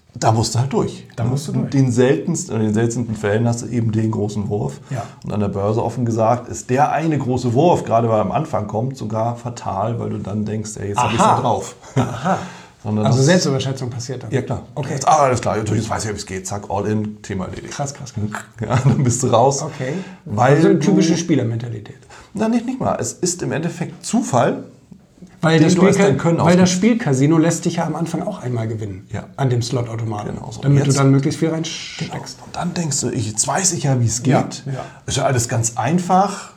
Da musst du halt durch. Da musst du durch. In den seltensten, in den seltensten Fällen hast du eben den großen Wurf. Ja. Und an der Börse, offen gesagt, ist der eine große Wurf, gerade weil er am Anfang kommt, sogar fatal, weil du dann denkst, ey, jetzt habe ich es ja drauf. Aha. Sondern Also das, Selbstüberschätzung passiert dann? Ja, klar. Okay. Jetzt, ah, alles klar, jetzt weiß ich, wie es geht. Zack, all in, Thema erledigt. Krass, krass, krass. Ja, dann bist du raus. Okay. Weil also eine typische du, Spielermentalität. Na, nicht, nicht mal. Es ist im Endeffekt Zufall, Weil, den das, du als Spiel, dein Können weil das ausnutzt. Spielcasino lässt dich ja am Anfang auch einmal gewinnen. Ja. An dem Slotautomaten. Genau so. Damit Jetzt- du dann möglichst viel reinsteckst. Und dann denkst du, ich, jetzt weiß ich ja, wie es geht. Ja, ja. Ist ja alles ganz einfach.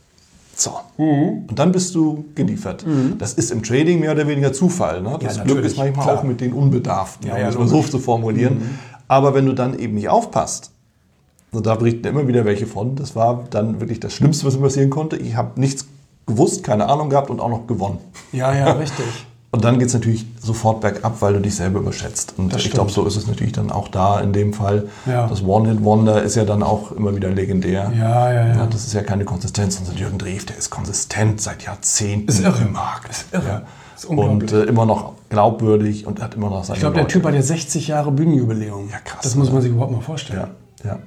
So. Mhm. Und dann bist du geliefert. Das ist im Trading mehr oder weniger Zufall. Ne? Das Ja, Glück natürlich, ist manchmal klar. auch mit den Unbedarften, Ja, um ja, das mal so logisch. zu formulieren. Aber wenn du dann eben nicht aufpasst, und da berichten immer wieder welche von, das war dann wirklich das Schlimmste, was mir passieren konnte. Ich habe nichts gewusst, keine Ahnung gehabt und auch noch gewonnen. Ja, ja, richtig. Und dann geht es natürlich sofort bergab, weil du dich selber überschätzt. Und Das ich stimmt. glaube, so ist es natürlich dann auch da in dem Fall. Ja. Das One-Hit-Wonder ist ja dann auch immer wieder legendär. Ja, ja, ja. Das ist ja keine Konsistenz. Und Jürgen Drews, der ist konsistent seit Jahrzehnten Ist irre. im Markt. Ist irre. Ja. Ist unglaublich. Und äh, immer noch glaubwürdig und hat immer noch seine Ich glaube, der Leute. Typ hat jetzt sechzig Jahre Bühnenjubiläum. Ja, krass, Das muss man oder? sich überhaupt mal vorstellen. Ja, ja.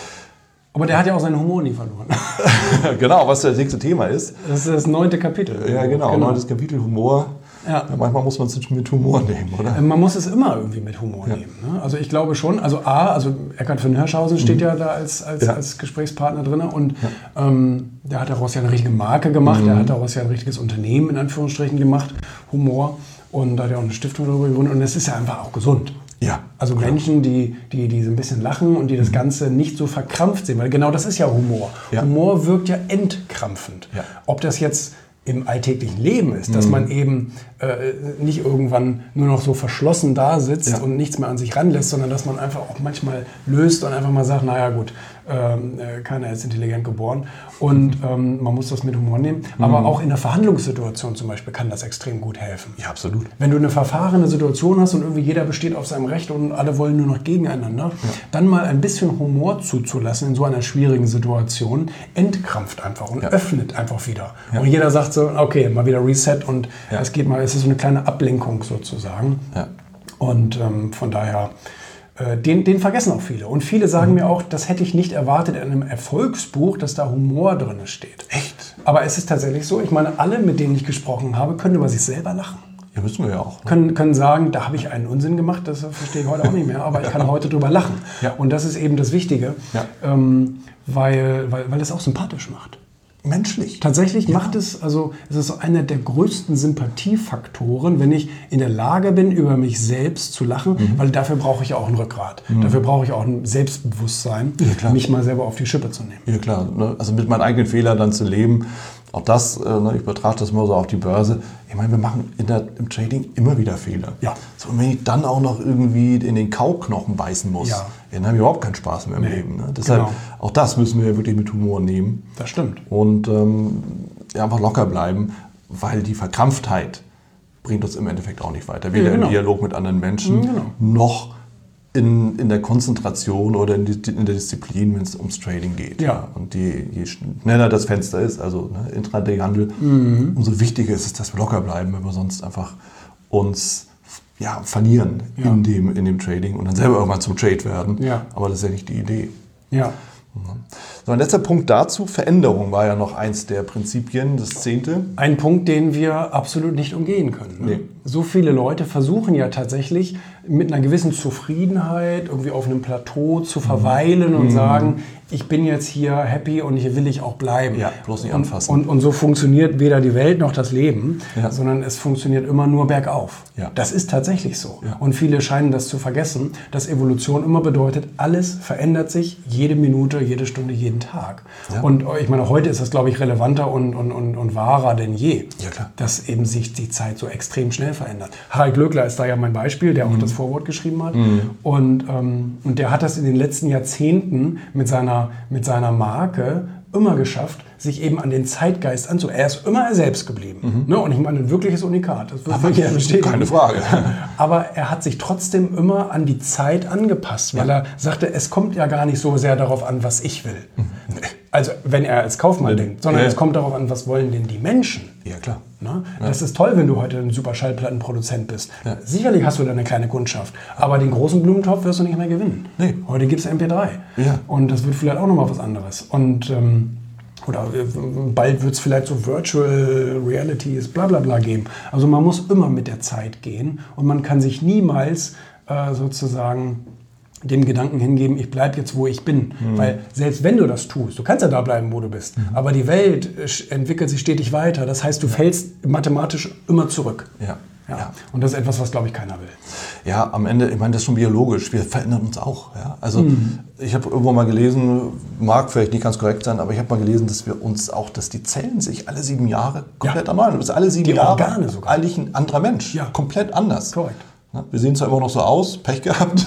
Aber der hat ja auch seinen Humor nie verloren. Genau, was das nächste Thema ist. Das ist das neunte Kapitel. Ja, genau. Neuntes Kapitel Humor. Ja. Ja, manchmal muss man es mit Humor nehmen, oder? Man muss es immer irgendwie mit Humor nehmen. Ne? Also ich glaube schon, also A, also Eckhard von Hirschhausen steht ja da als, als, Ja. als Gesprächspartner drin und ähm, der hat daraus ja eine richtige Marke gemacht, der hat daraus ja ein richtiges Unternehmen in Anführungsstrichen gemacht, Humor, und da hat er auch eine Stiftung darüber gegründet und es ist ja einfach auch gesund. Ja. Also Menschen, die, die, die so ein bisschen lachen und die das Ganze nicht so verkrampft sehen, weil genau das ist ja Humor. Ja. Humor wirkt ja entkrampfend. Ja. Ob das jetzt im alltäglichen Leben ist, dass man eben äh, nicht irgendwann nur noch so verschlossen da sitzt Ja. und nichts mehr an sich ranlässt, sondern dass man einfach auch manchmal löst und einfach mal sagt, naja gut, ähm, äh, keiner ist intelligent geboren und ähm, man muss das mit Humor nehmen. Aber auch in der Verhandlungssituation zum Beispiel kann das extrem gut helfen. Ja, absolut. Wenn du eine verfahrene Situation hast und irgendwie jeder besteht auf seinem Recht und alle wollen nur noch gegeneinander, dann mal ein bisschen Humor zuzulassen in so einer schwierigen Situation, entkrampft einfach und Ja. öffnet einfach wieder. Ja. Und jeder sagt so, okay, mal wieder Reset und Ja. es geht mal, es ist so eine kleine Ablenkung sozusagen. Ja. Und ähm, von daher, äh, den, den vergessen auch viele. Und viele sagen Mhm. mir auch, das hätte ich nicht erwartet in einem Erfolgsbuch, dass da Humor drin steht. Echt? Aber es ist tatsächlich so, ich meine, alle, mit denen ich gesprochen habe, können über sich selber lachen. Ja, müssen wir ja auch. Ne? Können, können sagen, da habe ich einen Unsinn gemacht, das verstehe ich heute auch nicht mehr, aber ich kann heute drüber lachen. Ja. Und das ist eben das Wichtige, Ja. ähm, weil, weil, weil es auch sympathisch macht. Menschlich. Tatsächlich macht es, also es ist so einer der größten Sympathiefaktoren, wenn ich in der Lage bin, über mich selbst zu lachen, Mhm. weil dafür brauche ich ja auch ein Rückgrat. Dafür brauche ich auch ein Selbstbewusstsein, klar. mich mal selber auf die Schippe zu nehmen. Ja klar, ne? Also mit meinen eigenen Fehlern dann zu leben, auch das, äh, ne, ich betrachte das mal so auf die Börse. Ich meine, wir machen in der, im Trading immer wieder Fehler. Ja. So, und wenn ich dann auch noch irgendwie in den Kauknochen beißen muss, Ja. dann habe ich überhaupt keinen Spaß mehr im Nee, Leben. Ne? Deshalb, genau. auch das müssen wir wirklich mit Humor nehmen Das stimmt. und ähm, ja, einfach locker bleiben, weil die Verkrampftheit bringt uns im Endeffekt auch nicht weiter. Weder Ja, genau. im Dialog mit anderen Menschen, Mhm, genau. noch in, in der Konzentration oder in, die, in der Disziplin, wenn es ums Trading geht. Ja. Und die, je schneller das Fenster ist, also ne, Intraday-Handel, umso wichtiger ist es, dass wir locker bleiben, wenn wir sonst einfach uns ja, verlieren Ja. in, dem, in dem Trading und dann selber irgendwann zum Trade werden. Ja. Aber das ist ja nicht die Idee. Ja. So, ein letzter Punkt dazu, Veränderung war ja noch eins der Prinzipien, das zehnte. Ein Punkt, den wir absolut nicht umgehen können. Ne? Nee. So viele Leute versuchen ja tatsächlich mit einer gewissen Zufriedenheit irgendwie auf einem Plateau zu verweilen und sagen, ich bin jetzt hier happy und hier will ich auch bleiben. Ja, bloß nicht und, anfassen. Und, und so funktioniert weder die Welt noch das Leben, Ja. sondern es funktioniert immer nur bergauf. Ja. Das ist tatsächlich so. Ja. Und viele scheinen das zu vergessen, dass Evolution immer bedeutet, alles verändert sich jede Minute, jede Stunde, jeden Tag. Ja. Und ich meine, heute ist das, glaube ich, relevanter und, und, und, und wahrer denn je, Ja, klar. dass eben sich die Zeit so extrem schnell verändert. Harald Glöckler ist da ja mein Beispiel, der auch das Vorwort geschrieben hat. Und, ähm, und der hat das in den letzten Jahrzehnten mit seiner, mit seiner Marke immer geschafft, sich eben an den Zeitgeist anzupassen. Er ist immer er selbst geblieben. Ne? Und ich meine, ein wirkliches Unikat. Das wird wirklich bestätigen. Keine Frage. Aber er hat sich trotzdem immer an die Zeit angepasst, weil er sagte, es kommt ja gar nicht so sehr darauf an, was ich will. Also wenn er als Kaufmann denkt, sondern Ja. es kommt darauf an, was wollen denn die Menschen? Ja, klar. Ne? Ja. Das ist toll, wenn du heute ein super Schallplattenproduzent bist. Ja. Sicherlich hast du da eine kleine Kundschaft, aber den großen Blumentopf wirst du nicht mehr gewinnen. Nee. Heute gibt es M P drei. Ja. Und das wird vielleicht auch nochmal was anderes. Und ähm, oder bald wird es vielleicht so Virtual Realities, bla bla bla geben. Also man muss immer mit der Zeit gehen und man kann sich niemals äh, sozusagen dem Gedanken hingeben, ich bleibe jetzt, wo ich bin. Mhm. Weil selbst wenn du das tust, du kannst ja da bleiben, wo du bist, mhm. aber die Welt entwickelt sich stetig weiter. Das heißt, du ja. fällst mathematisch immer zurück. Ja. Ja. Ja. Und das ist etwas, was, glaube ich, keiner will. Ja, am Ende, ich meine, das ist schon biologisch. Wir verändern uns auch. Ja? Also mhm. ich habe irgendwo mal gelesen, mag vielleicht nicht ganz korrekt sein, aber ich habe mal gelesen, dass wir uns auch, dass die Zellen sich alle sieben Jahre komplett ja. erneuern. Das ist alle sieben die Jahre Organe sogar. eigentlich ein anderer Mensch. Ja. Komplett anders. Korrekt. Ja? Wir sehen zwar immer noch so aus, Pech gehabt,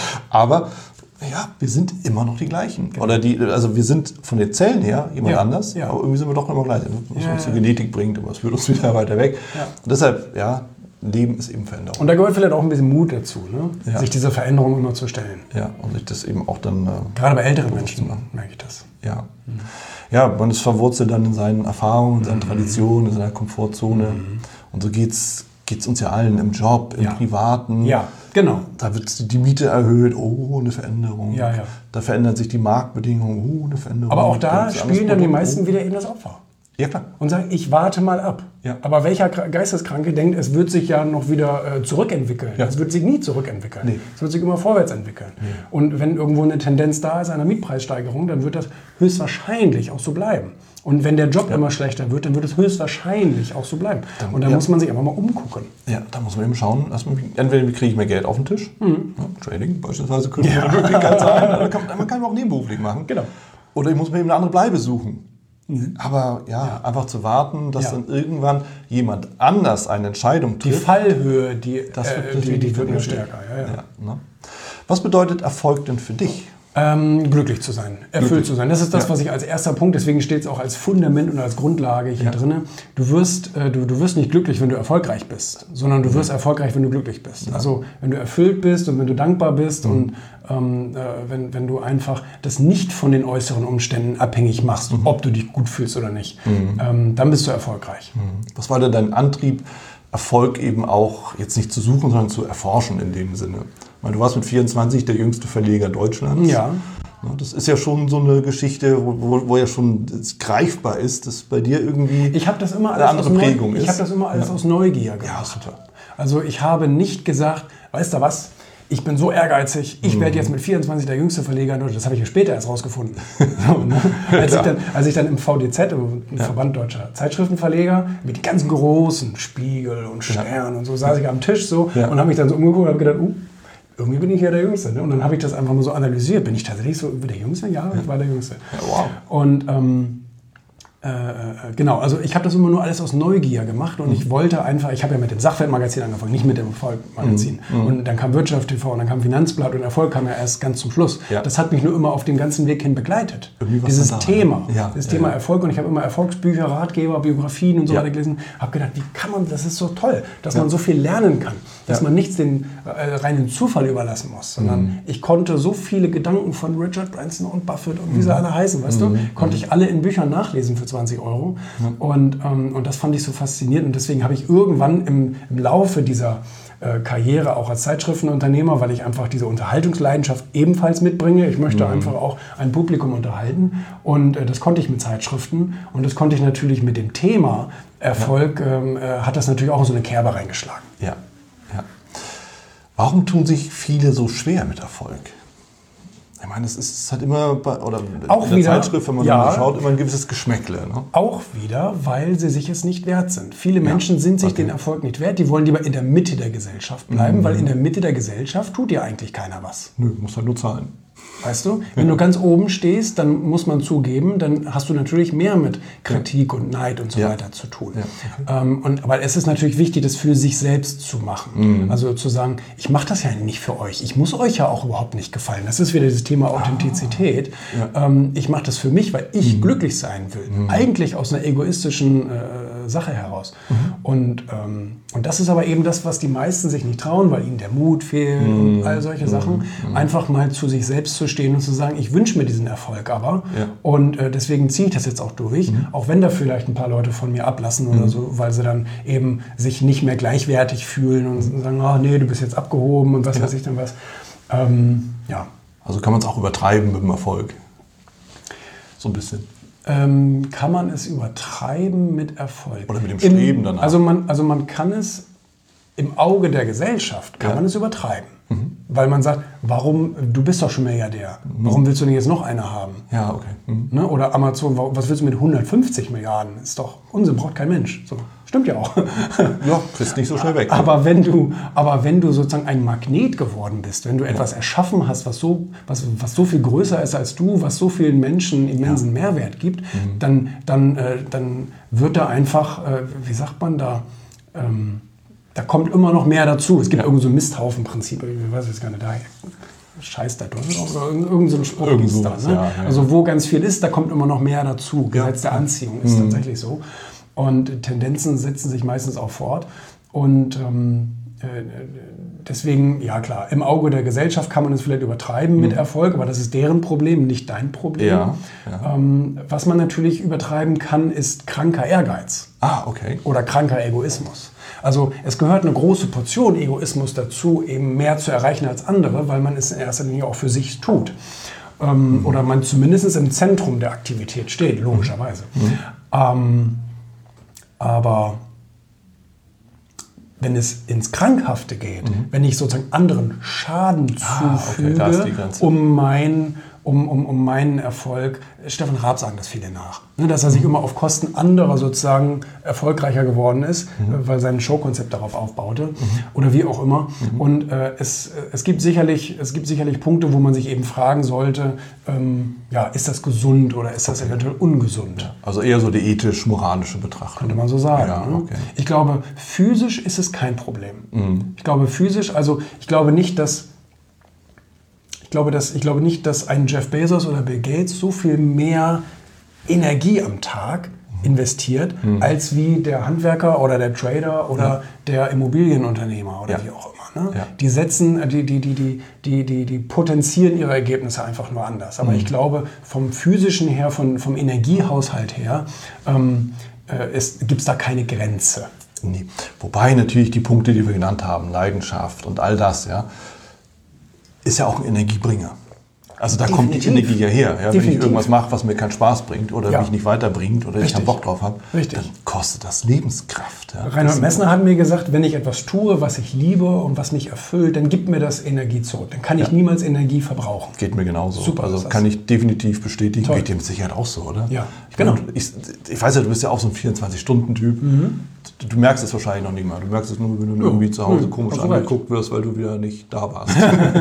aber ja, wir sind immer noch die gleichen. Genau. Oder die, also wir sind von den Zellen her jemand ja. anders, ja. aber irgendwie sind wir doch immer gleich. Was ja, uns die Genetik bringt, aber es führt uns wieder weiter weg. Ja. Und deshalb, ja, Leben ist eben Veränderung. Und da gehört vielleicht auch ein bisschen Mut dazu, ne? Ja. Sich dieser Veränderung immer zu stellen. Ja, und sich das eben auch dann... Äh, Gerade bei älteren Menschen merke ich das. Ja. Mhm. Ja, man ist verwurzelt dann in seinen Erfahrungen, in seinen mhm. Traditionen, in seiner Komfortzone. Mhm. Und so geht es uns ja allen im Job, im ja. Privaten. Ja, genau. Da wird die Miete erhöht, oh, eine Veränderung. Ja, ja. Da verändern sich die Marktbedingungen, oh, eine Veränderung. Aber auch da spielen dann die meisten wieder eben das Opfer. Ja, klar. Und sagen, ich warte mal ab. Ja. Aber welcher Geisteskranke denkt, es wird sich ja noch wieder äh, zurückentwickeln? Ja. Es wird sich nie zurückentwickeln. Nee. Es wird sich immer vorwärts entwickeln. Nee. Und wenn irgendwo eine Tendenz da ist, einer Mietpreissteigerung, dann wird das höchstwahrscheinlich auch so bleiben. Und wenn der Job ja. immer schlechter wird, dann wird es höchstwahrscheinlich auch so bleiben. Dann, und da ja. muss man sich einfach mal umgucken. Ja, da muss man eben schauen. Erstmal, entweder kriege ich mehr Geld auf den Tisch. Mhm. Ja, Trading beispielsweise könnte ja. wirklich ganz sein. Man kann auch nebenberuflich machen. Genau. Oder ich muss mir eben eine andere Bleibe suchen. Mhm. Aber ja, ja, einfach zu warten, dass ja. dann irgendwann jemand anders eine Entscheidung trifft. Die Fallhöhe, die, das wird, äh, die, die wird immer stärker. Ja, ja. Ja, ne? Was bedeutet Erfolg denn für dich? Ähm, glücklich zu sein, erfüllt glücklich. zu sein. Das ist das, ja. was ich als erster Punkt, deswegen steht es auch als Fundament und als Grundlage hier ja. drin. Du wirst, äh, du, du wirst nicht glücklich, wenn du erfolgreich bist, sondern du wirst mhm. erfolgreich, wenn du glücklich bist. Ja. Also wenn du erfüllt bist und wenn du dankbar bist mhm. und ähm, äh, wenn, wenn du einfach das nicht von den äußeren Umständen abhängig machst, mhm. ob du dich gut fühlst oder nicht, mhm. ähm, dann bist du erfolgreich. Mhm. Was war denn dein Antrieb, Erfolg eben auch jetzt nicht zu suchen, sondern zu erforschen in dem Sinne? Weil du warst mit vierundzwanzig der jüngste Verleger Deutschlands. Ja. Das ist ja schon so eine Geschichte, wo, wo ja schon greifbar ist, dass bei dir irgendwie ich habe das immer alles eine andere aus Prägung Neu- ist. Ich habe das immer alles ja. aus Neugier gemacht. Ja, also ich habe nicht gesagt, weißt du was, ich bin so ehrgeizig, ich mhm. werde jetzt mit vierundzwanzig der jüngste Verleger in Deutschland. Das habe ich ja später erst rausgefunden. so, ne? als, ich dann, als ich dann im V D Z, im ja. Verband Deutscher Zeitschriftenverleger, mit den ganzen großen Spiegel und Stern ja. und so, saß ich am Tisch so ja. und habe mich dann so umgeguckt und habe gedacht, uh, irgendwie bin ich ja der Jüngste. Ne? Und dann habe ich das einfach mal so analysiert. Bin ich tatsächlich so der Jüngste? Ja, ich war der Jüngste. Ja, wow. Und ähm, äh, genau, also ich habe das immer nur alles aus Neugier gemacht und mhm. ich wollte einfach, ich habe ja mit dem Sachwelt-Magazin angefangen, nicht mit dem Erfolg-Magazin. Mhm. Und dann kam Wirtschaft T V und dann kam Finanzblatt und Erfolg kam ja erst ganz zum Schluss. Ja. Das hat mich nur immer auf dem ganzen Weg hin begleitet. Dieses Thema, ja. das ja, Thema ja. Erfolg und ich habe immer Erfolgsbücher, Ratgeber, Biografien und so ja. weiter gelesen. Habe gedacht, wie kann man, das ist so toll, dass ja. man so viel lernen kann, dass ja. man nichts den äh, reinen Zufall überlassen muss, sondern mhm. ich konnte so viele Gedanken von Richard Branson und Buffett und wie sie alle heißen, weißt mhm. du, konnte ich alle in Büchern nachlesen für zwanzig Euro. Ja. Und, ähm, und das fand ich so faszinierend und deswegen habe ich irgendwann im, im Laufe dieser äh, Karriere auch als Zeitschriftenunternehmer, weil ich einfach diese Unterhaltungsleidenschaft ebenfalls mitbringe. Ich möchte mhm. einfach auch ein Publikum unterhalten und äh, das konnte ich mit Zeitschriften und das konnte ich natürlich mit dem Thema Erfolg, ja. ähm, äh, hat das natürlich auch in so eine Kerbe reingeschlagen. Ja, ja. Warum tun sich viele so schwer mit Erfolg? Ich meine, es ist es hat immer, bei, oder auch in der wieder, Zeitschrift, wenn man ja, so schaut, immer ein gewisses Geschmäckle. Ne? Auch wieder, weil sie sich es nicht wert sind. Viele Menschen ja, sind sich okay. den Erfolg nicht wert. Die wollen lieber in der Mitte der Gesellschaft bleiben, mhm. weil in der Mitte der Gesellschaft tut ja eigentlich keiner was. Nö, muss halt nur zahlen. Weißt du? Wenn ja. du ganz oben stehst, dann muss man zugeben, dann hast du natürlich mehr mit Kritik ja. und Neid und so ja. weiter zu tun. Ja. Okay. Ähm, und, aber es ist natürlich wichtig, das für sich selbst zu machen. Mhm. Also zu sagen, ich mache das ja nicht für euch. Ich muss euch ja auch überhaupt nicht gefallen. Das ist wieder dieses Thema Authentizität. Ah. Ja. Ähm, ich mache das für mich, weil ich mhm. glücklich sein will. Mhm. Eigentlich aus einer egoistischen äh, Sache heraus. Mhm. Und, ähm, und das ist aber eben das, was die meisten sich nicht trauen, weil ihnen der Mut fehlt mm. und all solche mm. Sachen. Mm. Einfach mal zu sich selbst zu stehen und zu sagen, ich wünsche mir diesen Erfolg aber. Ja. Und äh, deswegen ziehe ich das jetzt auch durch. Mm. Auch wenn da vielleicht ein paar Leute von mir ablassen mm. oder so, weil sie dann eben sich nicht mehr gleichwertig fühlen und sagen, oh nee, du bist jetzt abgehoben und was ja. weiß ich denn was. Ähm, ja. Also kann man es auch übertreiben mit dem Erfolg? So ein bisschen. Ähm, kann man es übertreiben mit Erfolg? Oder mit dem Streben Im, danach? Also man, also man kann es im Auge der Gesellschaft, kann ja. man es übertreiben. Mhm. Weil man sagt, warum, du bist doch schon Milliardär, mhm. warum willst du denn jetzt noch eine haben? Ja, okay. Mhm. Ne? Oder Amazon, was willst du mit hundertfünfzig Milliarden? Ist doch Unsinn, braucht kein Mensch. So. Stimmt ja auch. Ja, kriegst nicht so schnell weg. Aber wenn du, aber wenn du sozusagen ein Magnet geworden bist, wenn du ja. etwas erschaffen hast, was so, was, was so viel größer ist als du, was so vielen Menschen immensen ja. Mehrwert gibt, mhm. dann, dann, äh, dann wird da einfach, äh, wie sagt man da, ähm, da kommt immer noch mehr dazu. Es gibt ja. irgend so ein Misthaufenprinzip, ich weiß jetzt gar nicht, daher. Scheiß da drin oder irgend so ein Spruch irgend ist da. Ne? Ja, ja. Also wo ganz viel ist, da kommt immer noch mehr dazu. Gesetz der Anziehung ist mhm. tatsächlich so. Und Tendenzen setzen sich meistens auch fort. Und ähm, äh, deswegen, ja klar, im Auge der Gesellschaft kann man es vielleicht übertreiben mhm. mit Erfolg, aber das ist deren Problem, nicht dein Problem. Ja, ja. Ähm, was man natürlich übertreiben kann, ist kranker Ehrgeiz. Ah, okay. Oder kranker Egoismus. Also es gehört eine große Portion Egoismus dazu, eben mehr zu erreichen als andere, weil man es in erster Linie auch für sich tut. Ähm, mhm. Oder man zumindest im Zentrum der Aktivität steht, logischerweise. Mhm. Ähm, aber wenn es ins Krankhafte geht, mhm. wenn ich sozusagen anderen Schaden ah, zufüge, okay, um mein Um, um, um meinen Erfolg, Stefan Raab sagen das viele nach, ne, dass er sich immer auf Kosten anderer sozusagen erfolgreicher geworden ist, mhm. weil sein Showkonzept darauf aufbaute mhm. oder wie auch immer. Mhm. Und äh, es, es, gibt sicherlich, es gibt sicherlich Punkte, wo man sich eben fragen sollte, ähm, ja, ist das gesund oder ist das okay. eventuell ungesund? Ja. Also eher so die ethisch-moralische Betrachtung. Könnte man so sagen. Ja, ne? okay. Ich glaube, physisch ist es kein Problem. Mhm. Ich glaube physisch, also ich glaube nicht, dass Ich glaube, dass, ich glaube nicht, dass ein Jeff Bezos oder Bill Gates so viel mehr Energie am Tag investiert, mhm. als wie der Handwerker oder der Trader oder ja. der Immobilienunternehmer oder ja. wie auch immer. Ne? Ja. Die setzen, die, die, die, die, die, die, die potenzieren ihre Ergebnisse einfach nur anders. Aber mhm. ich glaube, vom physischen her, von, vom Energiehaushalt her, ähm, äh, gibt es da keine Grenze. Nee. Wobei natürlich die Punkte, die wir genannt haben, Leidenschaft und all das, ja, ist ja auch ein Energiebringer. Also da Definitiv. kommt die Energie ja her. Ja? Wenn ich irgendwas mache, was mir keinen Spaß bringt oder ja. mich nicht weiterbringt oder Richtig. ich keinen Bock drauf habe, dann kostet das Lebenskraft. Ja? Reinhold Messner hat mir gesagt, wenn ich etwas tue, was ich liebe und was mich erfüllt, dann gibt mir das Energie zurück. Dann kann ich ja. niemals Energie verbrauchen. Geht mir genauso. Super, also kann ich definitiv bestätigen. Toll. Geht dir mit Sicherheit auch so, oder? Ja, ich genau. Meine, ich, ich weiß ja, du bist ja auch so ein vierundzwanzig-Stunden-Typ. Mhm. Du, du merkst es wahrscheinlich noch nicht mal. Du merkst es nur, wenn du ja. irgendwie zu Hause mhm. komisch also angeguckt wirst, weil du wieder nicht da warst.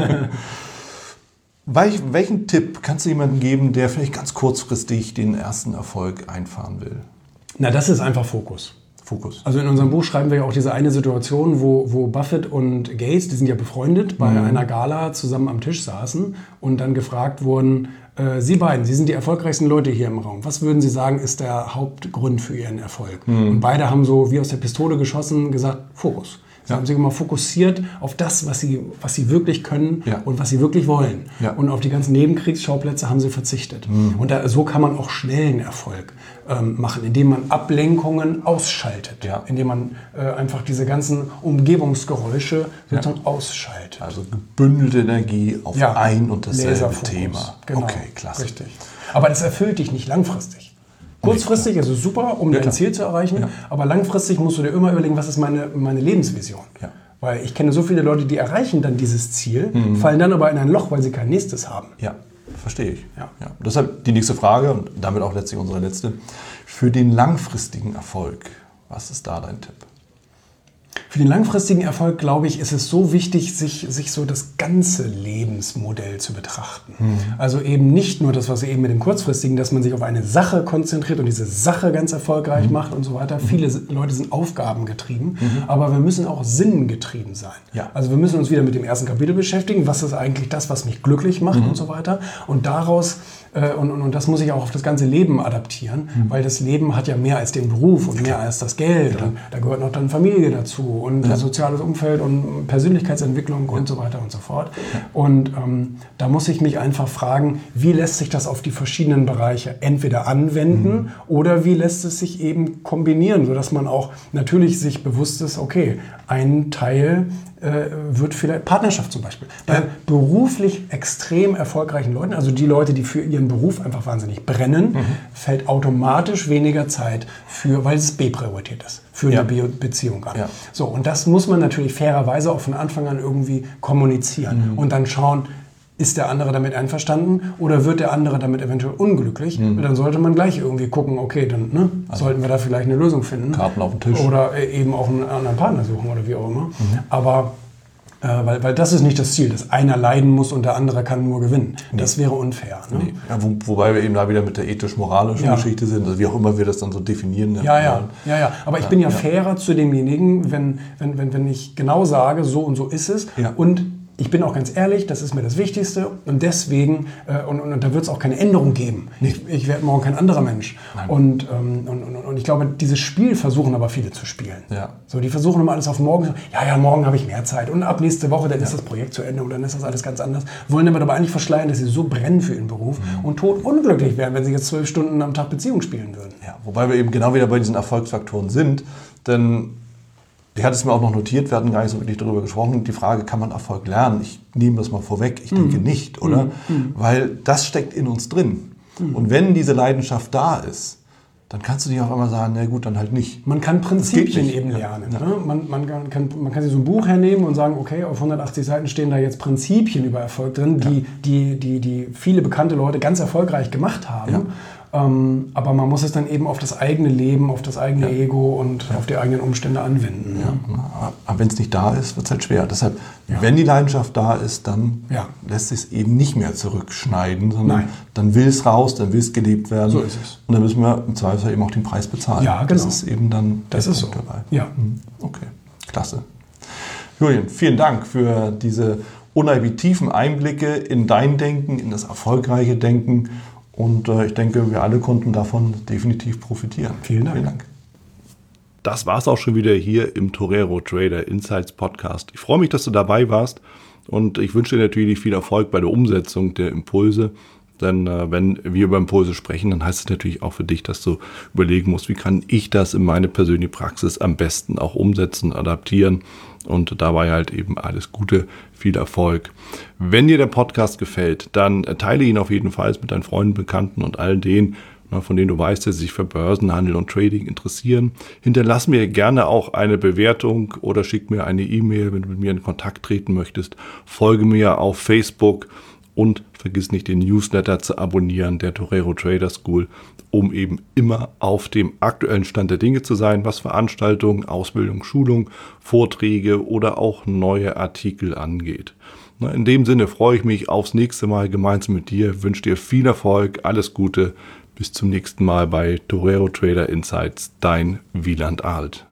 Welch, welchen Tipp kannst du jemandem geben, der vielleicht ganz kurzfristig den ersten Erfolg einfahren will? Na, das ist einfach Fokus. Fokus. Also in unserem Buch schreiben wir ja auch diese eine Situation, wo, wo Buffett und Gates, die sind ja befreundet, bei mhm. einer Gala zusammen am Tisch saßen und dann gefragt wurden, äh, Sie beiden, Sie sind die erfolgreichsten Leute hier im Raum. Was würden Sie sagen, ist der Hauptgrund für Ihren Erfolg? Mhm. Und beide haben so wie aus der Pistole geschossen gesagt, Fokus. Sie ja. haben sich immer fokussiert auf das, was sie, was sie wirklich können ja. und was sie wirklich wollen. Ja. Und auf die ganzen Nebenkriegsschauplätze haben sie verzichtet. Mhm. Und da, so kann man auch schnellen Erfolg ähm, machen, indem man Ablenkungen ausschaltet. Ja. Indem man äh, einfach diese ganzen Umgebungsgeräusche sozusagen ja. ausschaltet. Also gebündelte Energie auf ja. ein und dasselbe Thema. Genau. Okay, klasse. Richtig. Aber das erfüllt dich nicht langfristig. Kurzfristig ist es super, um ja, dein Ziel zu erreichen, ja. aber langfristig musst du dir immer überlegen, was ist meine, meine Lebensvision. Ja. Weil ich kenne so viele Leute, die erreichen dann dieses Ziel, mhm. fallen dann aber in ein Loch, weil sie kein nächstes haben. Ja, verstehe ich. Ja. Ja. Deshalb die nächste Frage und damit auch letztlich unsere letzte. Für den langfristigen Erfolg, was ist da dein Tipp? Für den langfristigen Erfolg, glaube ich, ist es so wichtig, sich, sich so das ganze Lebensmodell zu betrachten. Mhm. Also eben nicht nur das, was wir eben mit dem kurzfristigen, dass man sich auf eine Sache konzentriert und diese Sache ganz erfolgreich mhm. macht und so weiter. Mhm. Viele Leute sind aufgabengetrieben, mhm. aber wir müssen auch sinngetrieben sein. Ja. Also wir müssen uns wieder mit dem ersten Kapitel beschäftigen. Was ist eigentlich das, was mich glücklich macht mhm. und so weiter. Und daraus äh, und, und, und das muss ich auch auf das ganze Leben adaptieren, mhm. weil das Leben hat ja mehr als den Beruf und mehr als das Geld. Ja. Und da gehört noch dann Familie dazu und ja. soziales Umfeld und Persönlichkeitsentwicklung ja. und so weiter und so fort. Ja. Und ähm, da muss ich mich einfach fragen, wie lässt sich das auf die verschiedenen Bereiche entweder anwenden mhm. oder wie lässt es sich eben kombinieren, sodass man auch natürlich sich bewusst ist, okay, ein Teil äh, wird vielleicht, Partnerschaft zum Beispiel, bei ja. beruflich extrem erfolgreichen Leuten, also die Leute, die für ihren Beruf einfach wahnsinnig brennen, mhm. fällt automatisch weniger Zeit für, weil es B-Priorität ist, für ja. eine Be- Beziehung an. Ja. So, und das muss man natürlich fairerweise auch von Anfang an irgendwie kommunizieren mhm. und dann schauen, ist der andere damit einverstanden oder wird der andere damit eventuell unglücklich? Mhm. Dann sollte man gleich irgendwie gucken, okay, dann ne, also sollten wir da vielleicht eine Lösung finden. Karten auf den Tisch. Oder eben auch einen anderen Partner suchen oder wie auch immer. Mhm. Aber äh, weil, weil das ist nicht das Ziel, dass einer leiden muss und der andere kann nur gewinnen. Nee. Das wäre unfair. Ne? Nee. Ja, wo, wobei wir eben da wieder mit der ethisch-moralischen ja. Geschichte sind, also wie auch immer wir das dann so definieren. Ja, ja, ja, ja. Aber ich ja, bin ja, ja fairer zu demjenigen, wenn, wenn, wenn, wenn ich genau sage, so und so ist es. Ja. Und ich bin auch ganz ehrlich, das ist mir das Wichtigste und deswegen, äh, und, und, und da wird es auch keine Änderung geben. Ich, ich werde morgen kein anderer Mensch. Und, ähm, und, und, und ich glaube, dieses Spiel versuchen aber viele zu spielen. Ja. So, die versuchen immer alles auf morgen, ja, ja, morgen habe ich mehr Zeit und ab nächste Woche, dann ja. ist das Projekt zu Ende und dann ist das alles ganz anders. Wollen aber eigentlich verschleiern, dass sie so brennen für ihren Beruf mhm. und totunglücklich wären, wenn sie jetzt zwölf Stunden am Tag Beziehung spielen würden. Ja, wobei wir eben genau wieder bei diesen Erfolgsfaktoren sind, denn ich hatte es mir auch noch notiert, wir hatten gar nicht so wirklich darüber gesprochen, die Frage, kann man Erfolg lernen? Ich nehme das mal vorweg, ich denke mm. nicht, oder? Mm. Weil das steckt in uns drin. Mm. Und wenn diese Leidenschaft da ist, dann kannst du dir auch immer sagen, na gut, dann halt nicht. Man kann Prinzipien eben lernen. Ja. Ne? Man, man, kann, man kann sich so ein Buch hernehmen und sagen, okay, auf hundertachtzig Seiten stehen da jetzt Prinzipien über Erfolg drin, die, ja. die, die, die viele bekannte Leute ganz erfolgreich gemacht haben. Ja. Ähm, aber man muss es dann eben auf das eigene Leben, auf das eigene ja. Ego und ja. auf die eigenen Umstände anwenden. Ja. Ja. Aber wenn es nicht da ist, wird es halt schwer. Deshalb, ja. wenn die Leidenschaft da ist, dann ja. lässt sich es eben nicht mehr zurückschneiden, sondern Nein. dann will es raus, dann will es gelebt werden. So ist es. Und dann müssen wir im Zweifel eben auch den Preis bezahlen. Ja, genau. Das ist eben dann das der ist Punkt so. dabei. Ja. Okay, klasse. Julian, vielen Dank für diese unheimlich tiefen Einblicke in dein Denken, in das erfolgreiche Denken. Und äh, ich denke, wir alle konnten davon definitiv profitieren. Vielen Dank. Vielen Dank. Das war es auch schon wieder hier im Torero Trader Insights Podcast. Ich freue mich, dass du dabei warst und ich wünsche dir natürlich viel Erfolg bei der Umsetzung der Impulse. Denn äh, wenn wir über Impulse sprechen, dann heißt es natürlich auch für dich, dass du überlegen musst, wie kann ich das in meine persönliche Praxis am besten auch umsetzen, adaptieren und dabei halt eben alles Gute, viel Erfolg. Wenn dir der Podcast gefällt, dann teile ihn auf jeden Fall mit deinen Freunden, Bekannten und all denen, von denen du weißt, dass sie sich für Börsenhandel und Trading interessieren. Hinterlass mir gerne auch eine Bewertung oder schick mir eine E-Mail, wenn du mit mir in Kontakt treten möchtest. Folge mir auf Facebook und vergiss nicht, den Newsletter zu abonnieren, der Torero Trader School, um eben immer auf dem aktuellen Stand der Dinge zu sein, was Veranstaltungen, Ausbildung, Schulung, Vorträge oder auch neue Artikel angeht. In dem Sinne freue ich mich aufs nächste Mal gemeinsam mit dir, wünsche dir viel Erfolg, alles Gute, bis zum nächsten Mal bei Torero Trader Insights, dein Wieland Alt.